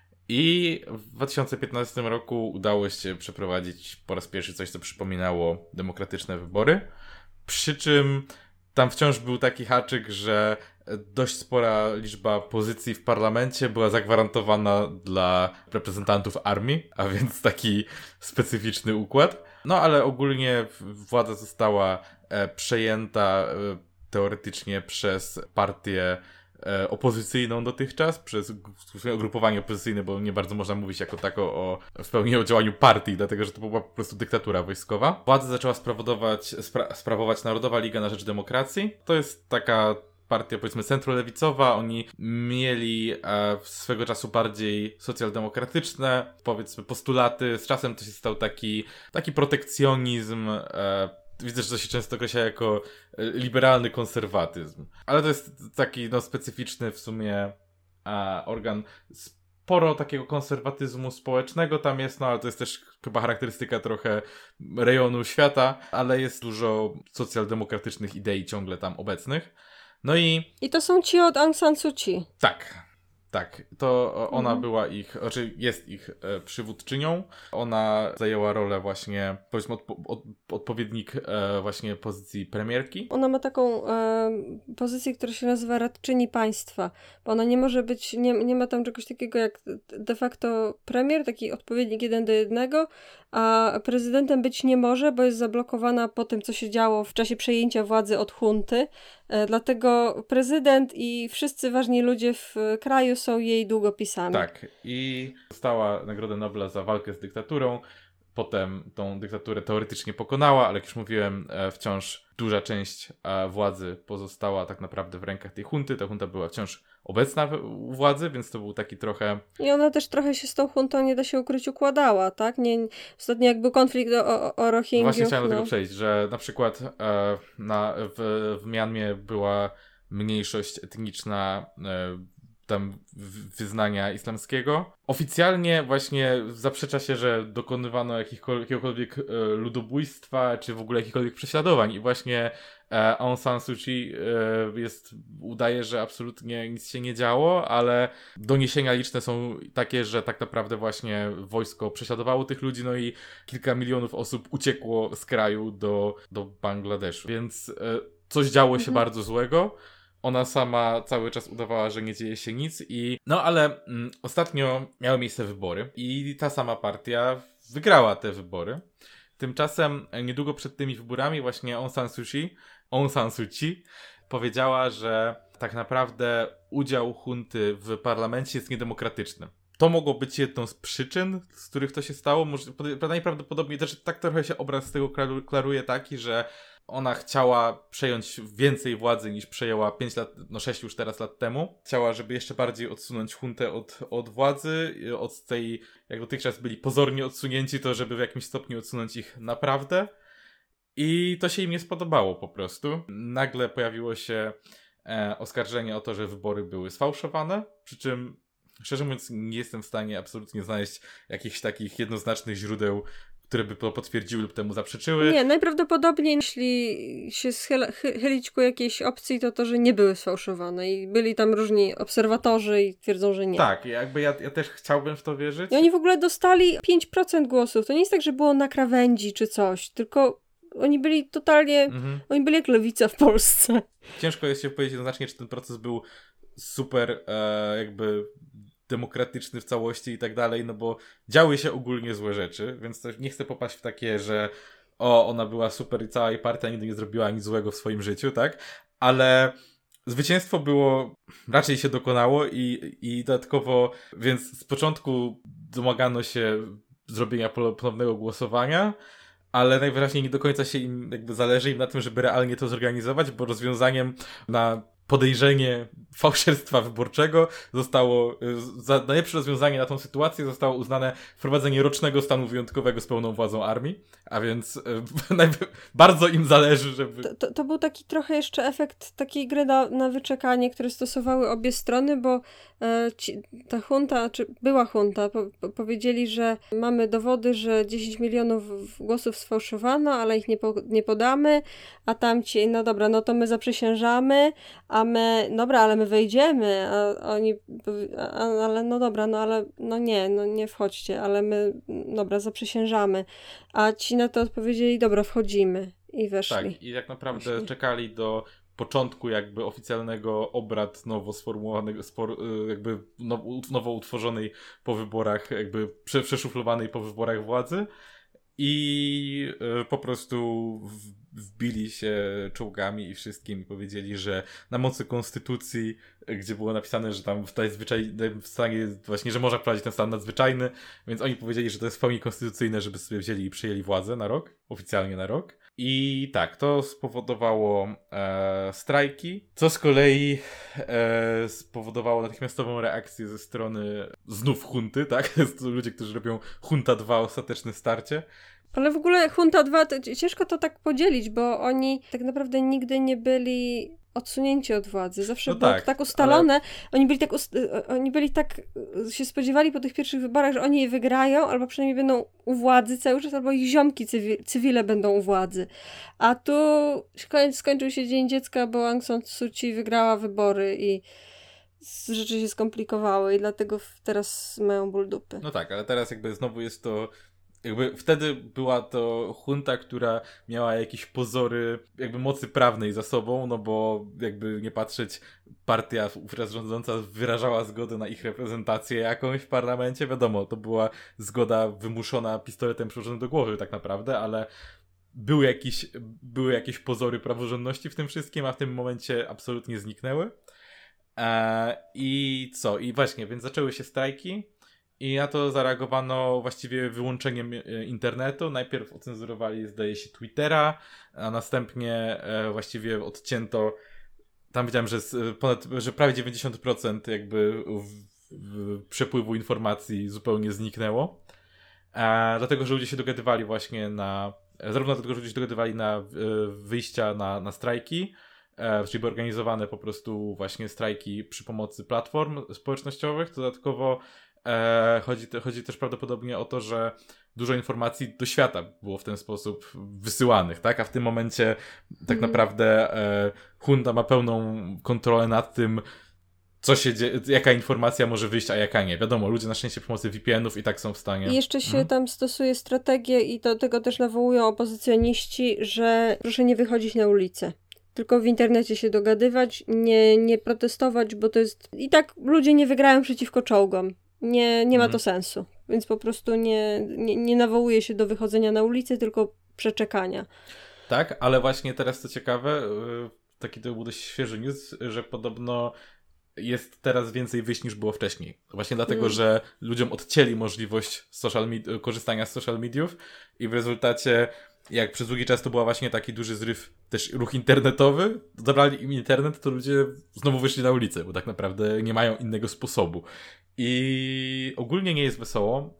i w 2015 roku udało się przeprowadzić po raz pierwszy coś, co przypominało demokratyczne wybory, przy czym tam wciąż był taki haczyk, że dość spora liczba pozycji w parlamencie była zagwarantowana dla reprezentantów armii, a więc taki specyficzny układ. No ale ogólnie władza została przejęta teoretycznie przez partię opozycyjną dotychczas, przez ugrupowanie opozycyjne, bo nie bardzo można mówić jako tako o w pełni o działaniu partii, dlatego że to była po prostu dyktatura wojskowa. Władzę zaczęła sprawować Narodowa Liga na Rzecz Demokracji. To jest taka partia, powiedzmy, centrolewicowa. Oni mieli swego czasu bardziej socjaldemokratyczne, powiedzmy, postulaty. Z czasem to się stał taki protekcjonizm. Widzę, że to się często określa jako liberalny konserwatyzm. Ale to jest taki specyficzny w sumie organ. Sporo takiego konserwatyzmu społecznego tam jest, ale to jest też chyba charakterystyka trochę rejonu świata, ale jest dużo socjaldemokratycznych idei ciągle tam obecnych. No i to są ci od Aung San Suu Kyi. Tak, to ona była jest ich przywódczynią. Ona zajęła rolę właśnie, powiedzmy, odpowiednik właśnie pozycji premierki. Ona ma taką pozycję, która się nazywa radczyni państwa, bo ona nie może być, nie ma tam czegoś takiego jak de facto premier, taki odpowiednik 1:1, a prezydentem być nie może, bo jest zablokowana po tym, co się działo w czasie przejęcia władzy od junty. Dlatego prezydent i wszyscy ważni ludzie w kraju są jej długopisami. Tak, i dostała Nagrodę Nobla za walkę z dyktaturą. potem tą dyktaturę teoretycznie pokonała, ale jak już mówiłem, wciąż duża część władzy pozostała tak naprawdę w rękach tej hunty. Ta hunta była wciąż obecna u władzy, więc to był taki trochę... I ona też trochę się z tą huntą, nie da się ukryć, układała, tak? Ostatnio jakby konflikt o Rohingyów. Właśnie chciałem do tego przejść, że na przykład w Mjanmie była mniejszość etniczna tam wyznania islamskiego. Oficjalnie właśnie zaprzecza się, że dokonywano jakiegokolwiek ludobójstwa, czy w ogóle jakichkolwiek prześladowań. I właśnie Aung San Suu Kyi udaje, że absolutnie nic się nie działo, ale doniesienia liczne są takie, że tak naprawdę właśnie wojsko prześladowało tych ludzi, no i kilka milionów osób uciekło z kraju do Bangladeszu. Więc coś działo się bardzo złego. Ona sama cały czas udawała, że nie dzieje się nic ale ostatnio miały miejsce wybory i ta sama partia wygrała te wybory. Tymczasem niedługo przed tymi wyborami właśnie Aung San Suu Kyi powiedziała, że tak naprawdę udział hunty w parlamencie jest niedemokratyczny. To mogło być jedną z przyczyn, z których to się stało. Najprawdopodobniej też tak trochę się obraz z tego klaruje taki, że ona chciała przejąć więcej władzy niż przejęła 6 już teraz lat temu. Chciała, żeby jeszcze bardziej odsunąć huntę od władzy, od tej, jak dotychczas byli pozornie odsunięci, to żeby w jakimś stopniu odsunąć ich naprawdę. I to się im nie spodobało po prostu. Nagle pojawiło się oskarżenie o to, że wybory były sfałszowane, przy czym szczerze mówiąc nie jestem w stanie absolutnie znaleźć jakichś takich jednoznacznych źródeł, które by to potwierdziły lub temu zaprzeczyły. Nie, najprawdopodobniej jeśli się schylić ku jakiejś opcji, to, że nie były sfałszowane i byli tam różni obserwatorzy i twierdzą, że nie. Tak, jakby ja też chciałbym w to wierzyć. I oni w ogóle dostali 5% głosów. To nie jest tak, że było na krawędzi czy coś, tylko oni byli totalnie, oni byli jak lewica w Polsce. Ciężko jest się powiedzieć jednoznacznie, czy ten proces był super jakby demokratyczny w całości i tak dalej, no bo działy się ogólnie złe rzeczy, więc też nie chcę popaść w takie, że ona była super i cała jej partia nigdy nie zrobiła nic złego w swoim życiu, tak? Ale zwycięstwo było, raczej się dokonało i dodatkowo, więc z początku domagano się zrobienia ponownego głosowania, ale najwyraźniej nie do końca się im jakby zależy im na tym, żeby realnie to zorganizować, bo rozwiązaniem na podejrzenie fałszerstwa wyborczego zostało, za najlepsze rozwiązanie na tą sytuację zostało uznane wprowadzenie rocznego stanu wyjątkowego z pełną władzą armii, a więc bardzo im zależy, żeby... To był taki trochę jeszcze efekt takiej gry na wyczekanie, które stosowały obie strony, bo ta hunta, czy była hunta, powiedzieli, że mamy dowody, że 10 milionów głosów sfałszowano, ale ich nie podamy, a tamci, no dobra, no to my zaprzysiężamy, a my, dobra, ale my wejdziemy, a oni, ale no dobra, no ale, no nie wchodźcie, ale my, dobra, zaprzysiężamy. A ci na to odpowiedzieli, dobra, wchodzimy i weszli. Tak, i tak naprawdę czekali do początku jakby oficjalnego obrad nowo sformułowanego, jakby nowo utworzonej po wyborach, jakby przeszuflowanej po wyborach władzy i po prostu wbili się czołgami i wszystkim i powiedzieli, że na mocy konstytucji, gdzie było napisane, że tam w stanie właśnie, że można wprowadzić ten stan nadzwyczajny, więc oni powiedzieli, że to jest w pełni konstytucyjne, żeby sobie wzięli i przyjęli władzę na rok, oficjalnie na rok. I tak, to spowodowało strajki, co z kolei spowodowało natychmiastową reakcję ze strony znów hunty, tak? Ludzie, którzy robią Hunta 2 ostateczne starcie. Ale w ogóle Hunta 2, to ciężko to tak podzielić, bo oni tak naprawdę nigdy nie byli odsunięci od władzy. Zawsze było tak ustalone. Ale... Oni byli tak się spodziewali po tych pierwszych wyborach, że oni je wygrają, albo przynajmniej będą u władzy cały czas, albo ich ziomki cywile będą u władzy. A tu skończył się Dzień Dziecka, bo Aung San Suu Kyi wygrała wybory i rzeczy się skomplikowały i dlatego teraz mają ból dupy. No tak, ale teraz jakby znowu jest to... Jakby wtedy była to junta, która miała jakieś pozory jakby mocy prawnej za sobą, no bo jakby nie patrzeć, partia wówczas rządząca wyrażała zgodę na ich reprezentację jakąś w parlamencie. Wiadomo, to była zgoda wymuszona pistoletem przyłożonym do głowy tak naprawdę, ale były jakieś pozory praworządności w tym wszystkim, a w tym momencie absolutnie zniknęły. I co? I właśnie, więc zaczęły się strajki. i na to zareagowano właściwie wyłączeniem internetu. Najpierw ocenzurowali, zdaje się, Twittera, a następnie właściwie odcięto, tam widziałem, że prawie 90% jakby przepływu informacji zupełnie zniknęło. Dlatego, że ludzie się dogadywali właśnie zarówno dlatego, że ludzie się dogadywali na wyjścia na strajki, czyli były organizowane po prostu właśnie strajki przy pomocy platform społecznościowych. Dodatkowo chodzi też prawdopodobnie o to, że dużo informacji do świata było w ten sposób wysyłanych, tak? A w tym momencie tak naprawdę junta ma pełną kontrolę nad tym, co się dzieje, jaka informacja może wyjść, a jaka nie. Wiadomo, ludzie na szczęście pomocą VPN-ów i tak są w stanie. I jeszcze się tam stosuje strategię i do tego też nawołują opozycjoniści, że proszę nie wychodzić na ulicę. Tylko w internecie się dogadywać, nie protestować, bo to jest... I tak ludzie nie wygrają przeciwko czołgom. Nie ma to sensu. Więc po prostu nie nawołuje się do wychodzenia na ulicę, tylko przeczekania. Tak, ale właśnie teraz co ciekawe, taki to był dość świeży news, że podobno jest teraz więcej wyjść niż było wcześniej. Właśnie dlatego, że ludziom odcięli możliwość korzystania z social mediów i w rezultacie, jak przez długi czas to był właśnie taki duży zryw, też ruch internetowy, zabrali im internet, to ludzie znowu wyszli na ulicę, bo tak naprawdę nie mają innego sposobu. I ogólnie nie jest wesoło,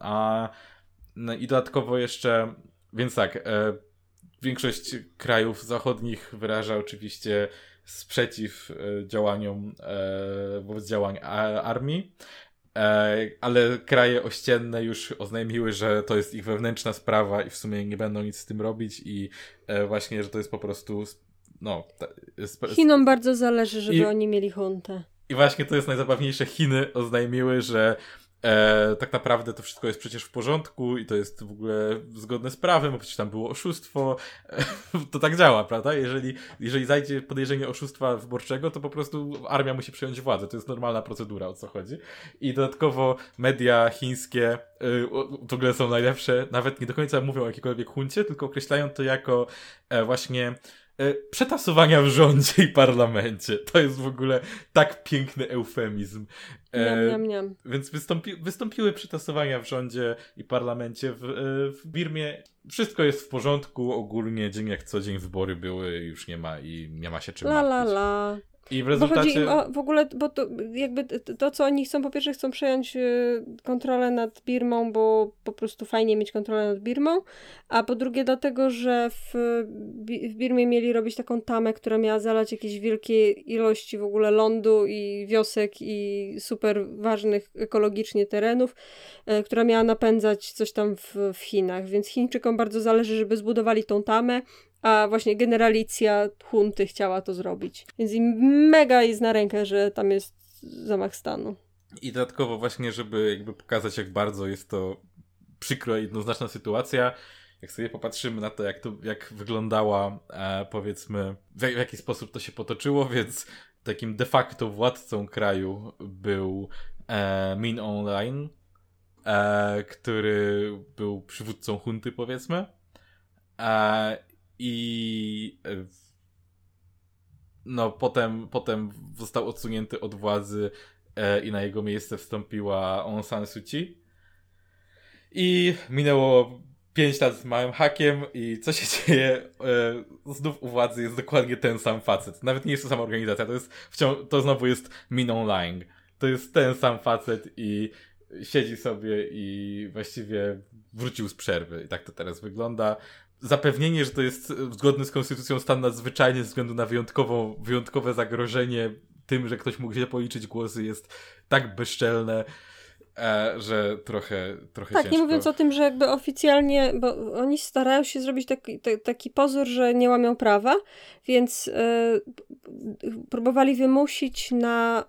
i dodatkowo jeszcze, więc tak, większość krajów zachodnich wyraża oczywiście sprzeciw działaniom, wobec działań armii, ale kraje ościenne już oznajmiły, że to jest ich wewnętrzna sprawa i w sumie nie będą nic z tym robić i właśnie, że to jest po prostu Chinom bardzo zależy, żeby oni mieli juntę. I właśnie to jest najzabawniejsze. Chiny oznajmiły, że tak naprawdę to wszystko jest przecież w porządku i to jest w ogóle zgodne z prawem, bo przecież tam było oszustwo. To tak działa, prawda? Jeżeli zajdzie podejrzenie oszustwa wyborczego, to po prostu armia musi przejąć władzę. To jest normalna procedura, o co chodzi. I dodatkowo media chińskie w ogóle są najlepsze. Nawet nie do końca mówią o jakiejkolwiek huncie, tylko określają to jako właśnie przetasowania w rządzie i parlamencie. To jest w ogóle tak piękny eufemizm. Miam. Więc wystąpiły przetasowania w rządzie i parlamencie. W Birmie wszystko jest w porządku. Ogólnie dzień jak co dzień wybory były, już nie ma się czym martwić. I w rezultacie... Bo chodzi im o w ogóle, bo to jakby to, co oni chcą, po pierwsze chcą przejąć kontrolę nad Birmą, bo po prostu fajnie mieć kontrolę nad Birmą, a po drugie dlatego, że w Birmie mieli robić taką tamę, która miała zalać jakieś wielkie ilości w ogóle lądu i wiosek i super ważnych ekologicznie terenów, która miała napędzać coś tam w Chinach, więc Chińczykom bardzo zależy, żeby zbudowali tą tamę, a właśnie generalicja junty chciała to zrobić. Więc im mega jest na rękę, że tam jest zamach stanu. I dodatkowo właśnie, żeby jakby pokazać, jak bardzo jest to przykra i jednoznaczna sytuacja, jak sobie popatrzymy na to, jak wyglądała, powiedzmy, w jaki sposób to się potoczyło, więc takim de facto władcą kraju był Min Aung Hlaing, który był przywódcą junty, powiedzmy. I no potem został odsunięty od władzy i na jego miejsce wstąpiła Aung San Suu Kyi. I minęło 5 lat z małym hakiem i co się dzieje? Znów u władzy jest dokładnie ten sam facet. Nawet nie jest to sama organizacja, to znowu jest Min Aung Hlaing. To jest ten sam facet i siedzi sobie i właściwie wrócił z przerwy. I tak to teraz wygląda. Zapewnienie, że to jest zgodny z konstytucją stan nadzwyczajny ze względu na wyjątkowe zagrożenie tym, że ktoś mógł źle policzyć głosy, jest tak bezczelne, że trochę ciężko. Tak, nie mówiąc o tym, że jakby oficjalnie, bo oni starają się zrobić taki pozór, że nie łamią prawa, więc próbowali wymusić na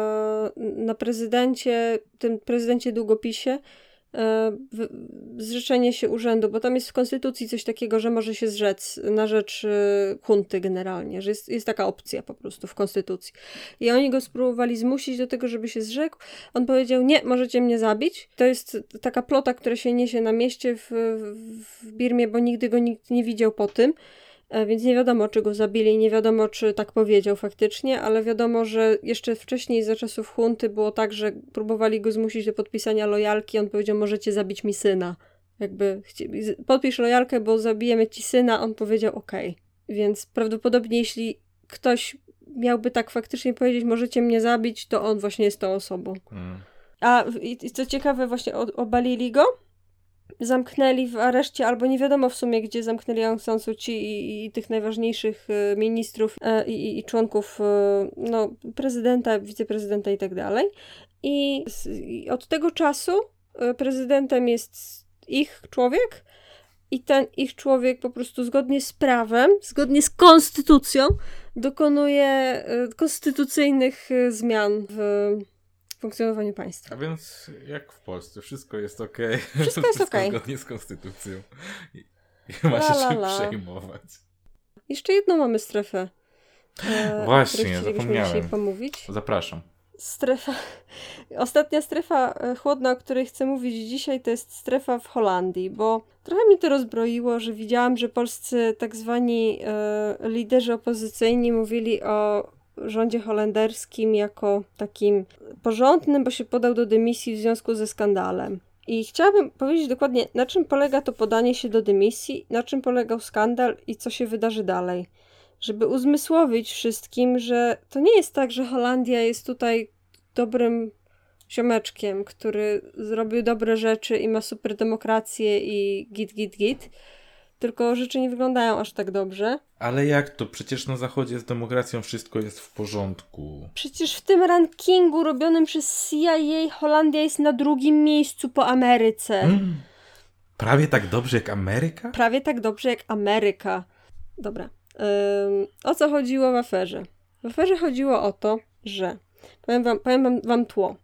tym prezydencie długopisie zrzeczenie się urzędu, bo tam jest w konstytucji coś takiego, że może się zrzec na rzecz junty generalnie, że jest taka opcja po prostu w konstytucji. I oni go spróbowali zmusić do tego, żeby się zrzekł. On powiedział, nie, możecie mnie zabić. To jest taka plota, która się niesie na mieście w Birmie, bo nigdy go nikt nie widział po tym. Więc nie wiadomo, czy go zabili, nie wiadomo, czy tak powiedział faktycznie, ale wiadomo, że jeszcze wcześniej za czasów hunty było tak, że próbowali go zmusić do podpisania lojalki, on powiedział, możecie zabić mi syna. Jakby, podpisz lojalkę, bo zabijemy ci syna, on powiedział okej. Więc prawdopodobnie jeśli ktoś miałby tak faktycznie powiedzieć, możecie mnie zabić, to on właśnie jest tą osobą. I co ciekawe, właśnie obalili go, zamknęli w areszcie, albo nie wiadomo w sumie, gdzie zamknęli Aung San Suu Kyi i tych najważniejszych ministrów i członków prezydenta, wiceprezydenta i tak dalej. I od tego czasu prezydentem jest ich człowiek i ten ich człowiek po prostu zgodnie z prawem, zgodnie z konstytucją dokonuje konstytucyjnych zmian w funkcjonowanie państwa. A więc jak w Polsce, wszystko jest okej. Wszystko jest okej. Zgodnie z konstytucją. Nie ma się czym przejmować. Jeszcze jedną mamy strefę. Właśnie, zapomniałem. Dzisiaj pomówić. Zapraszam. Ostatnia strefa chłodna, o której chcę mówić dzisiaj, to jest strefa w Holandii, bo trochę mnie to rozbroiło, że widziałam, że polscy tak zwani liderzy opozycyjni mówili o rządzie holenderskim jako takim porządnym, bo się podał do dymisji w związku ze skandalem. I chciałabym powiedzieć dokładnie, na czym polega to podanie się do dymisji, na czym polegał skandal i co się wydarzy dalej. Żeby uzmysłowić wszystkim, że to nie jest tak, że Holandia jest tutaj dobrym ziomeczkiem, który zrobił dobre rzeczy i ma super demokrację i git. Tylko rzeczy nie wyglądają aż tak dobrze. Ale jak to? Przecież na Zachodzie z demokracją wszystko jest w porządku. Przecież w tym rankingu robionym przez CIA Holandia jest na 2. miejscu po Ameryce. Prawie tak dobrze jak Ameryka? Prawie tak dobrze jak Ameryka. Dobra. O co chodziło w aferze? W aferze chodziło o to, że powiem wam tło.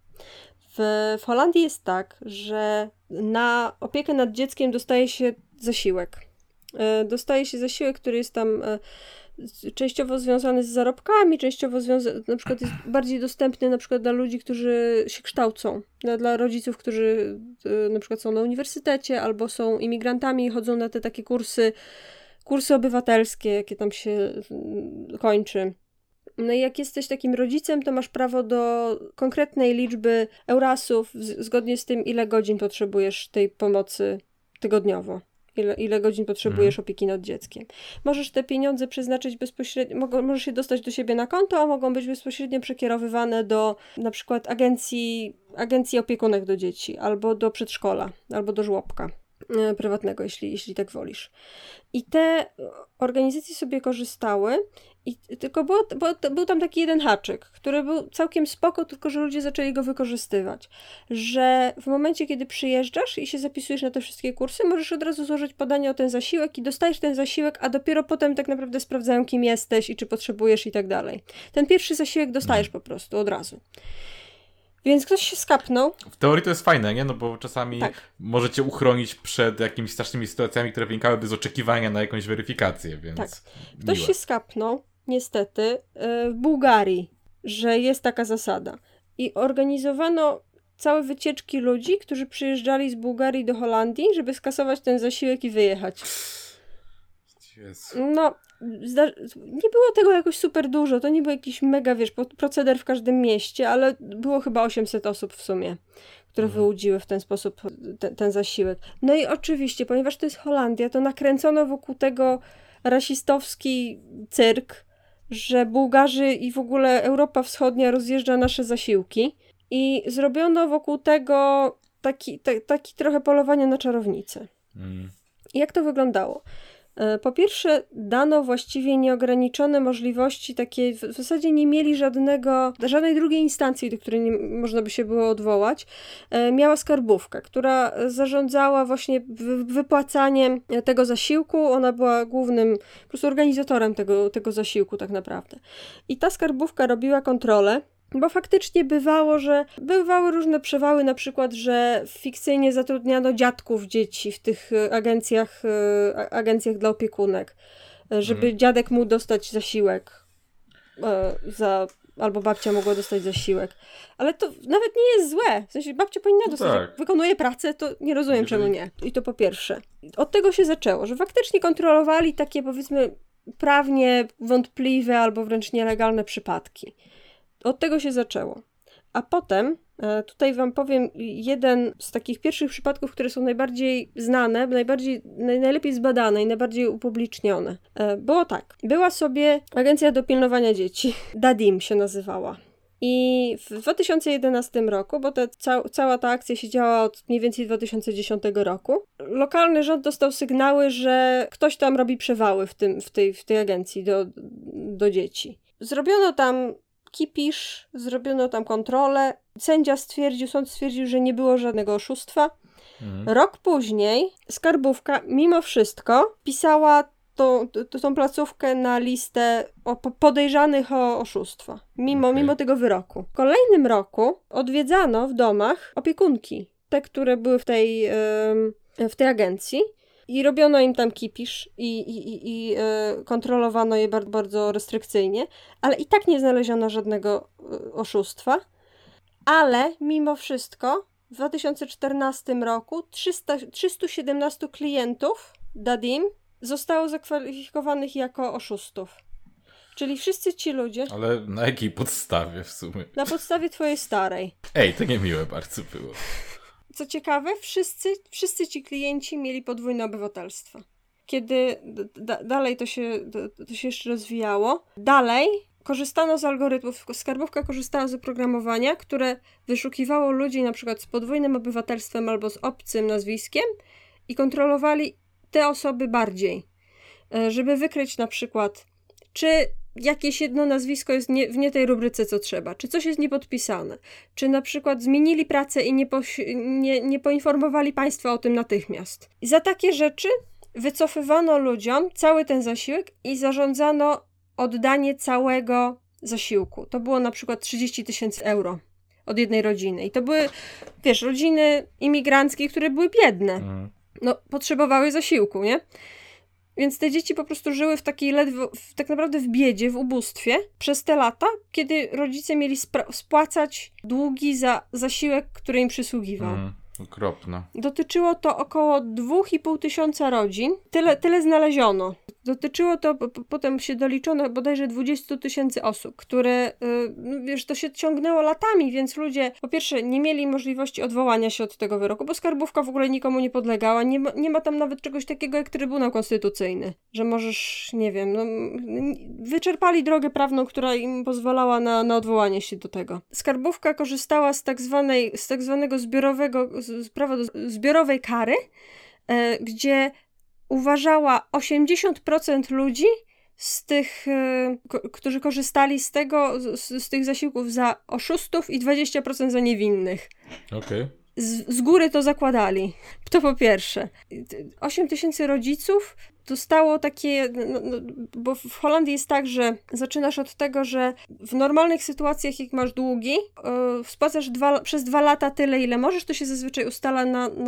W Holandii jest tak, że na opiekę nad dzieckiem dostaje się zasiłek. Dostaje się zasiłek, który jest tam częściowo związany z zarobkami, częściowo na przykład jest bardziej dostępny na przykład dla ludzi, którzy się kształcą. Dla rodziców, którzy na przykład są na uniwersytecie albo są imigrantami i chodzą na te takie kursy obywatelskie, jakie tam się kończy. No i jak jesteś takim rodzicem, to masz prawo do konkretnej liczby eurasów, zgodnie z tym, ile godzin potrzebujesz tej pomocy tygodniowo. Ile godzin potrzebujesz opieki nad dzieckiem. Możesz te pieniądze przeznaczyć bezpośrednio, możesz je dostać do siebie na konto, a mogą być bezpośrednio przekierowywane do na przykład agencji opiekunek do dzieci, albo do przedszkola, albo do żłobka prywatnego, jeśli tak wolisz. I te organizacje sobie korzystały, tylko był tam taki jeden haczyk, który był całkiem spoko, tylko że ludzie zaczęli go wykorzystywać. Że w momencie, kiedy przyjeżdżasz i się zapisujesz na te wszystkie kursy, możesz od razu złożyć podanie o ten zasiłek i dostajesz ten zasiłek, a dopiero potem tak naprawdę sprawdzają, kim jesteś i czy potrzebujesz i tak dalej. Ten pierwszy zasiłek dostajesz po prostu od razu. Więc ktoś się skapnął. W teorii to jest fajne, nie? No bo czasami możecie uchronić przed jakimiś strasznymi sytuacjami, które wynikałyby z oczekiwania na jakąś weryfikację, więc tak. Ktoś się skapnął, niestety, w Bułgarii, że jest taka zasada. I organizowano całe wycieczki ludzi, którzy przyjeżdżali z Bułgarii do Holandii, żeby skasować ten zasiłek i wyjechać. Jezu. No, nie było tego jakoś super dużo, to nie był jakiś mega, proceder w każdym mieście, ale było chyba 800 osób w sumie, które wyłudziły w ten sposób ten zasiłek. No i oczywiście, ponieważ to jest Holandia, to nakręcono wokół tego rasistowski cyrk, że Bułgarzy i w ogóle Europa Wschodnia rozjeżdża nasze zasiłki i zrobiono wokół tego taki trochę polowanie na czarownicę. I jak to wyglądało? Po pierwsze, dano właściwie nieograniczone możliwości, takie w zasadzie nie mieli żadnej drugiej instancji, do której nie można by się było odwołać. Miała skarbówka, która zarządzała właśnie wypłacaniem tego zasiłku. Ona była głównym, po prostu organizatorem tego zasiłku tak naprawdę. I ta skarbówka robiła kontrolę. Bo faktycznie bywały różne przewały, na przykład, że fikcyjnie zatrudniano dziadków dzieci w tych agencjach dla opiekunek, żeby dziadek mógł dostać zasiłek, albo babcia mogła dostać zasiłek. Ale to nawet nie jest złe. W sensie babcia powinna dostać. Jak wykonuje pracę, to nie rozumiem, czemu nie. I to po pierwsze. Od tego się zaczęło, że faktycznie kontrolowali takie, powiedzmy, prawnie wątpliwe albo wręcz nielegalne przypadki. Od tego się zaczęło. A potem, tutaj wam powiem jeden z takich pierwszych przypadków, które są najbardziej znane, najlepiej zbadane i najbardziej upublicznione. Było tak. Była sobie agencja do pilnowania dzieci. DADIM się nazywała. I w 2011 roku, bo cała ta akcja się działa od mniej więcej 2010 roku, lokalny rząd dostał sygnały, że ktoś tam robi przewały w tej agencji do dzieci. Zrobiono tam kipisz, zrobiono tam kontrolę. Sąd stwierdził, że nie było żadnego oszustwa. Rok później skarbówka mimo wszystko pisała tą placówkę na listę podejrzanych o oszustwo. Mimo tego wyroku. W kolejnym roku odwiedzano w domach opiekunki. Te, które były w tej agencji. I robiono im tam kipisz i kontrolowano je bardzo, bardzo restrykcyjnie, ale i tak nie znaleziono żadnego oszustwa. Ale mimo wszystko w 2014 roku 317 klientów DADIM zostało zakwalifikowanych jako oszustów. Czyli wszyscy ci ludzie... Ale na jakiej podstawie w sumie? Na podstawie twojej starej. Ej, to niemiłe bardzo było. Co ciekawe, wszyscy ci klienci mieli podwójne obywatelstwo. Kiedy dalej to się jeszcze rozwijało, dalej korzystano z algorytmów, skarbówka korzystała z oprogramowania, które wyszukiwało ludzi na przykład z podwójnym obywatelstwem albo z obcym nazwiskiem i kontrolowali te osoby bardziej, żeby wykryć na przykład, czy jakieś jedno nazwisko jest w nie tej rubryce, co trzeba, czy coś jest niepodpisane, czy na przykład zmienili pracę i nie poinformowali państwa o tym natychmiast. I za takie rzeczy wycofywano ludziom cały ten zasiłek i zarządzano oddanie całego zasiłku. To było na przykład 30 000 euro od jednej rodziny. I to były, rodziny imigranckie, które były biedne. Potrzebowały zasiłku, nie? Więc te dzieci po prostu żyły w takiej tak naprawdę w biedzie, w ubóstwie przez te lata, kiedy rodzice mieli spłacać długi za zasiłek, który im przysługiwał. Okropne. Dotyczyło to około 2500 rodzin. Tyle znaleziono. Dotyczyło to, potem się doliczono bodajże 20 000 osób, które, to się ciągnęło latami, więc ludzie po pierwsze nie mieli możliwości odwołania się od tego wyroku, bo skarbówka w ogóle nikomu nie podlegała. Nie ma tam nawet czegoś takiego jak Trybunał Konstytucyjny, że możesz, nie wiem, wyczerpali drogę prawną, która im pozwalała na odwołanie się do tego. Skarbówka korzystała z tak zwanego prawa do zbiorowej kary, gdzie uważała 80% ludzi z tych, którzy korzystali z tych zasiłków za oszustów i 20% za niewinnych. Okej. Z góry to zakładali. To po pierwsze. 8 000 rodziców dostało takie, bo w Holandii jest tak, że zaczynasz od tego, że w normalnych sytuacjach, jak masz długi, spłacasz przez 2 lata tyle, ile możesz, to się zazwyczaj ustala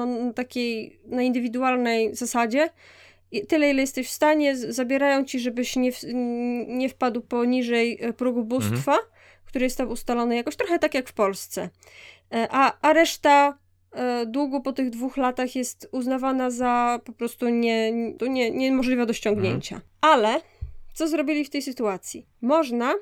na indywidualnej zasadzie. Tyle, ile jesteś w stanie, zabierają ci, żebyś nie wpadł poniżej progu ubóstwa, który jest tam ustalony jakoś trochę tak jak w Polsce. A reszta długu po tych 2 latach jest uznawana za po prostu niemożliwa do ściągnięcia. Ale co zrobili w tej sytuacji? Można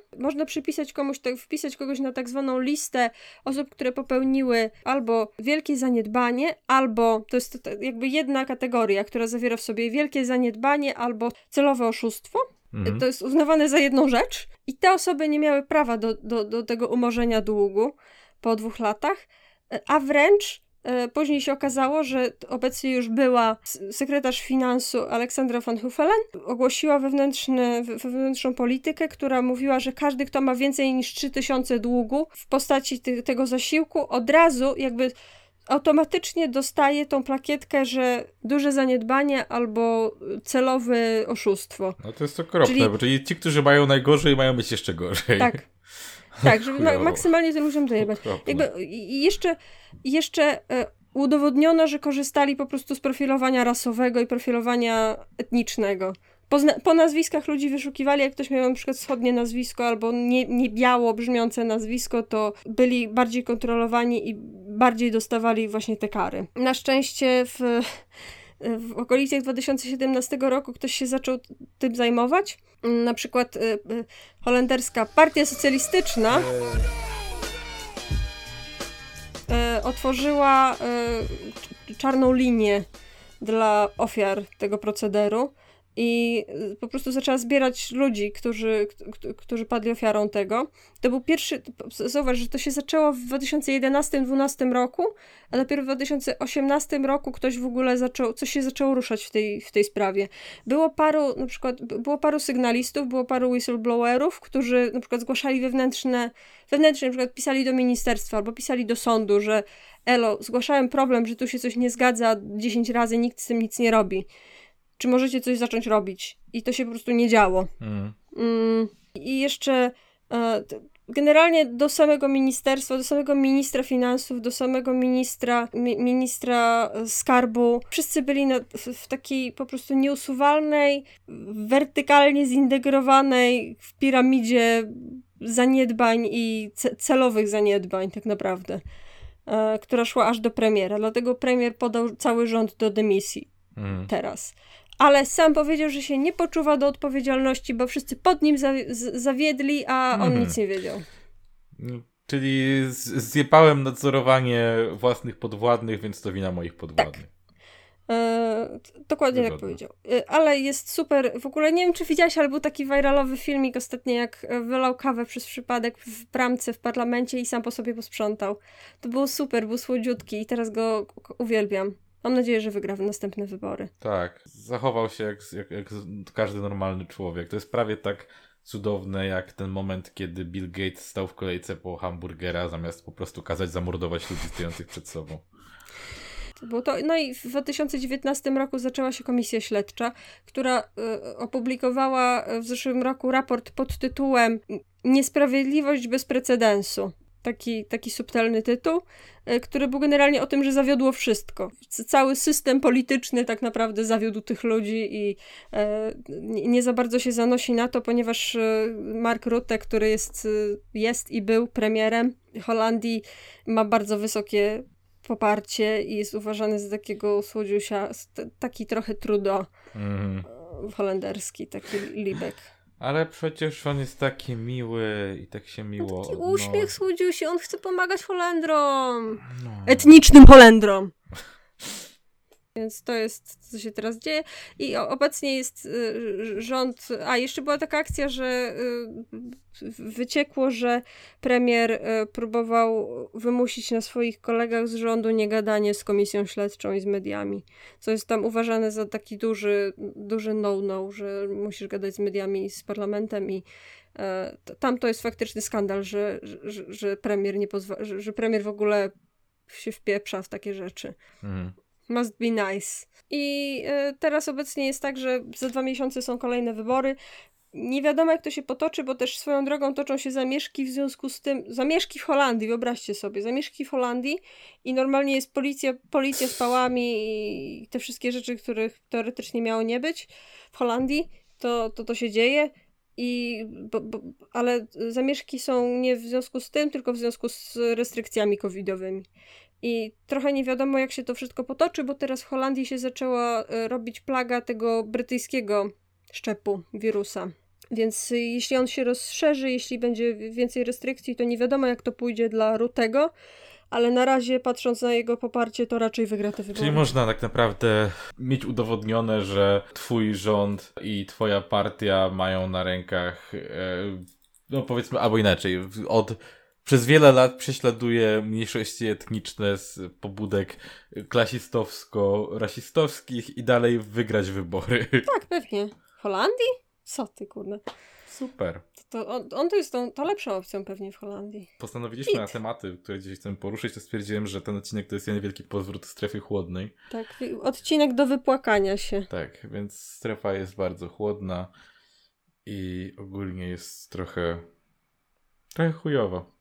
wpisać kogoś na tak zwaną listę osób, które popełniły albo wielkie zaniedbanie, albo to jest jakby jedna kategoria, która zawiera w sobie wielkie zaniedbanie albo celowe oszustwo. To jest uznawane za jedną rzecz i te osoby nie miały prawa do tego umorzenia długu po 2 latach, a wręcz później się okazało, że obecnie już była sekretarz finansu Aleksandra van Huffelen, ogłosiła wewnętrzną politykę, która mówiła, że każdy, kto ma więcej niż 3000 długu w postaci tego zasiłku, od razu jakby automatycznie dostaje tą plakietkę, że duże zaniedbanie albo celowe oszustwo. No to jest okropne, czyli ci, którzy mają najgorzej, mają być jeszcze gorzej. Tak, żeby maksymalnie tym ludziom dojebać. Jeszcze udowodniono, że korzystali po prostu z profilowania rasowego i profilowania etnicznego. Po nazwiskach ludzi wyszukiwali, jak ktoś miał na przykład wschodnie nazwisko albo nie biało brzmiące nazwisko, to byli bardziej kontrolowani i bardziej dostawali właśnie te kary. Na szczęście w okolicach 2017 roku ktoś się zaczął tym zajmować. Na przykład holenderska Partia Socjalistyczna otworzyła czarną linię dla ofiar tego procederu i po prostu zaczęła zbierać ludzi, którzy padli ofiarą tego. To był pierwszy, zauważ, że to się zaczęło w 2011-2012 roku, a dopiero w 2018 roku coś się zaczęło ruszać w tej sprawie. Było paru sygnalistów, było paru whistleblowerów, którzy na przykład zgłaszali wewnętrznie na przykład pisali do ministerstwa albo pisali do sądu, że zgłaszałem problem, że tu się coś nie zgadza 10 razy, nikt z tym nic nie robi. Czy możecie coś zacząć robić? I to się po prostu nie działo. I jeszcze generalnie do samego ministerstwa, do samego ministra finansów, do samego ministra skarbu, wszyscy byli w takiej po prostu nieusuwalnej, wertykalnie zintegrowanej w piramidzie zaniedbań i celowych zaniedbań tak naprawdę, która szła aż do premiera. Dlatego premier podał cały rząd do dymisji teraz. Ale sam powiedział, że się nie poczuwa do odpowiedzialności, bo wszyscy pod nim zawiedli, a on nic nie wiedział. Czyli zjebałem nadzorowanie własnych podwładnych, więc to wina moich podwładnych. Dokładnie tak powiedział. Ale jest super. W ogóle nie wiem, czy widziałaś, ale był taki viralowy filmik ostatnio, jak wylał kawę przez przypadek w bramce w parlamencie i sam po sobie posprzątał. To było super, był słodziutki i teraz go uwielbiam. Mam nadzieję, że wygra w następne wybory. Tak, zachował się jak każdy normalny człowiek. To jest prawie tak cudowne jak ten moment, kiedy Bill Gates stał w kolejce po hamburgera, zamiast po prostu kazać zamordować ludzi stojących przed sobą. No i w 2019 roku zaczęła się komisja śledcza, która opublikowała w zeszłym roku raport pod tytułem Niesprawiedliwość bez precedensu. Taki subtelny tytuł, który był generalnie o tym, że zawiodło wszystko. Cały system polityczny tak naprawdę zawiódł tych ludzi i nie za bardzo się zanosi na to, ponieważ Mark Rutte, który jest i był premierem Holandii, ma bardzo wysokie poparcie i jest uważany za takiego słodziusia, taki trochę Trudeau holenderski, taki Libek. Ale przecież on jest taki miły i tak się miło... Taki uśmiech słodziusi, on chce pomagać Holendrom. Etnicznym Holendrom. Więc to jest, co się teraz dzieje. I obecnie jest rząd... jeszcze była taka akcja, że wyciekło, że premier próbował wymusić na swoich kolegach z rządu niegadanie z komisją śledczą i z mediami. Co jest tam uważane za taki duży no-no, że musisz gadać z mediami i z parlamentem i tam to jest faktyczny skandal, że premier nie że premier w ogóle się wpieprza w takie rzeczy. Must be nice. I teraz obecnie jest tak, że za 2 miesiące są kolejne wybory. Nie wiadomo, jak to się potoczy, bo też swoją drogą toczą się zamieszki w związku z tym... Zamieszki w Holandii, wyobraźcie sobie. Zamieszki w Holandii i normalnie jest policja z pałami i te wszystkie rzeczy, których teoretycznie miało nie być w Holandii, to się dzieje. Ale zamieszki są nie w związku z tym, tylko w związku z restrykcjami covidowymi. I trochę nie wiadomo, jak się to wszystko potoczy, bo teraz w Holandii się zaczęła robić plaga tego brytyjskiego szczepu wirusa. Więc jeśli on się rozszerzy, jeśli będzie więcej restrykcji, to nie wiadomo, jak to pójdzie dla Ruttego, ale na razie, patrząc na jego poparcie, to raczej wygra te wybory. Czyli można tak naprawdę mieć udowodnione, że twój rząd i twoja partia mają na rękach, no powiedzmy, albo inaczej, przez wiele lat prześladuje mniejszości etniczne z pobudek klasistowsko-rasistowskich i dalej wygrać wybory. Tak, pewnie. W Holandii? Co ty, kurde. Super. On to jest tą lepszą opcją pewnie w Holandii. Postanowiliśmy na tematy, które dzisiaj chcemy poruszyć, to stwierdziłem, że ten odcinek to jest jeden wielki powrót strefy chłodnej. Tak, odcinek do wypłakania się. Tak, więc strefa jest bardzo chłodna i ogólnie jest trochę chujowa.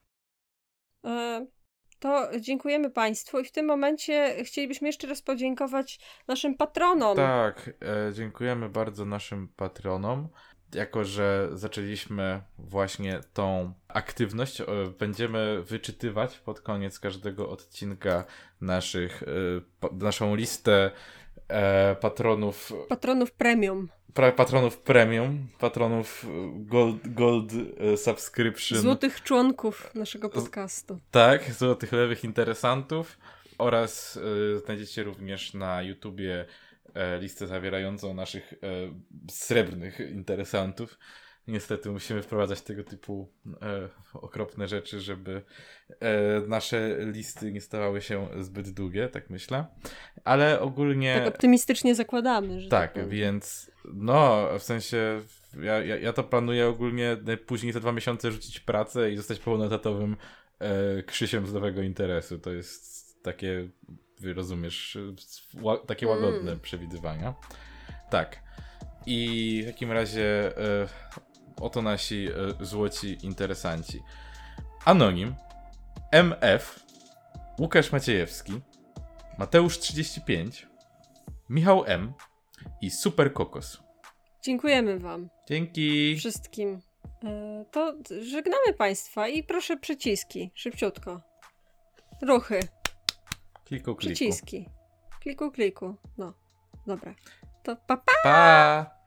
To dziękujemy Państwu i w tym momencie chcielibyśmy jeszcze raz podziękować naszym patronom. Tak, dziękujemy bardzo naszym patronom. Jako że zaczęliśmy właśnie tą aktywność, będziemy wyczytywać pod koniec każdego odcinka naszą listę patronów premium. Patronów premium, patronów gold subscription. Złotych członków naszego podcastu. Tak, złotych lewych interesantów. Oraz znajdziecie również na YouTubie listę zawierającą naszych srebrnych interesantów. Niestety musimy wprowadzać tego typu okropne rzeczy, żeby nasze listy nie stawały się zbyt długie, tak myślę. Ale ogólnie... Tak optymistycznie zakładamy, że tak, więc no, w sensie ja to planuję ogólnie najpóźniej za 2 miesiące rzucić pracę i zostać pełnoetatowym Krzysiem z Nowego Interesu. To jest takie, rozumiesz, takie łagodne przewidywania. Tak. I w takim razie oto nasi złoci interesanci. Anonim, MF, Łukasz Maciejewski, Mateusz 35, Michał M i Super Kokos. Dziękujemy wam. Dzięki. Wszystkim. To żegnamy państwa i proszę przyciski. Szybciutko. Ruchy. Kliku, kliku. Przyciski. Kliku, kliku. No. Dobra. To pa, pa! Pa!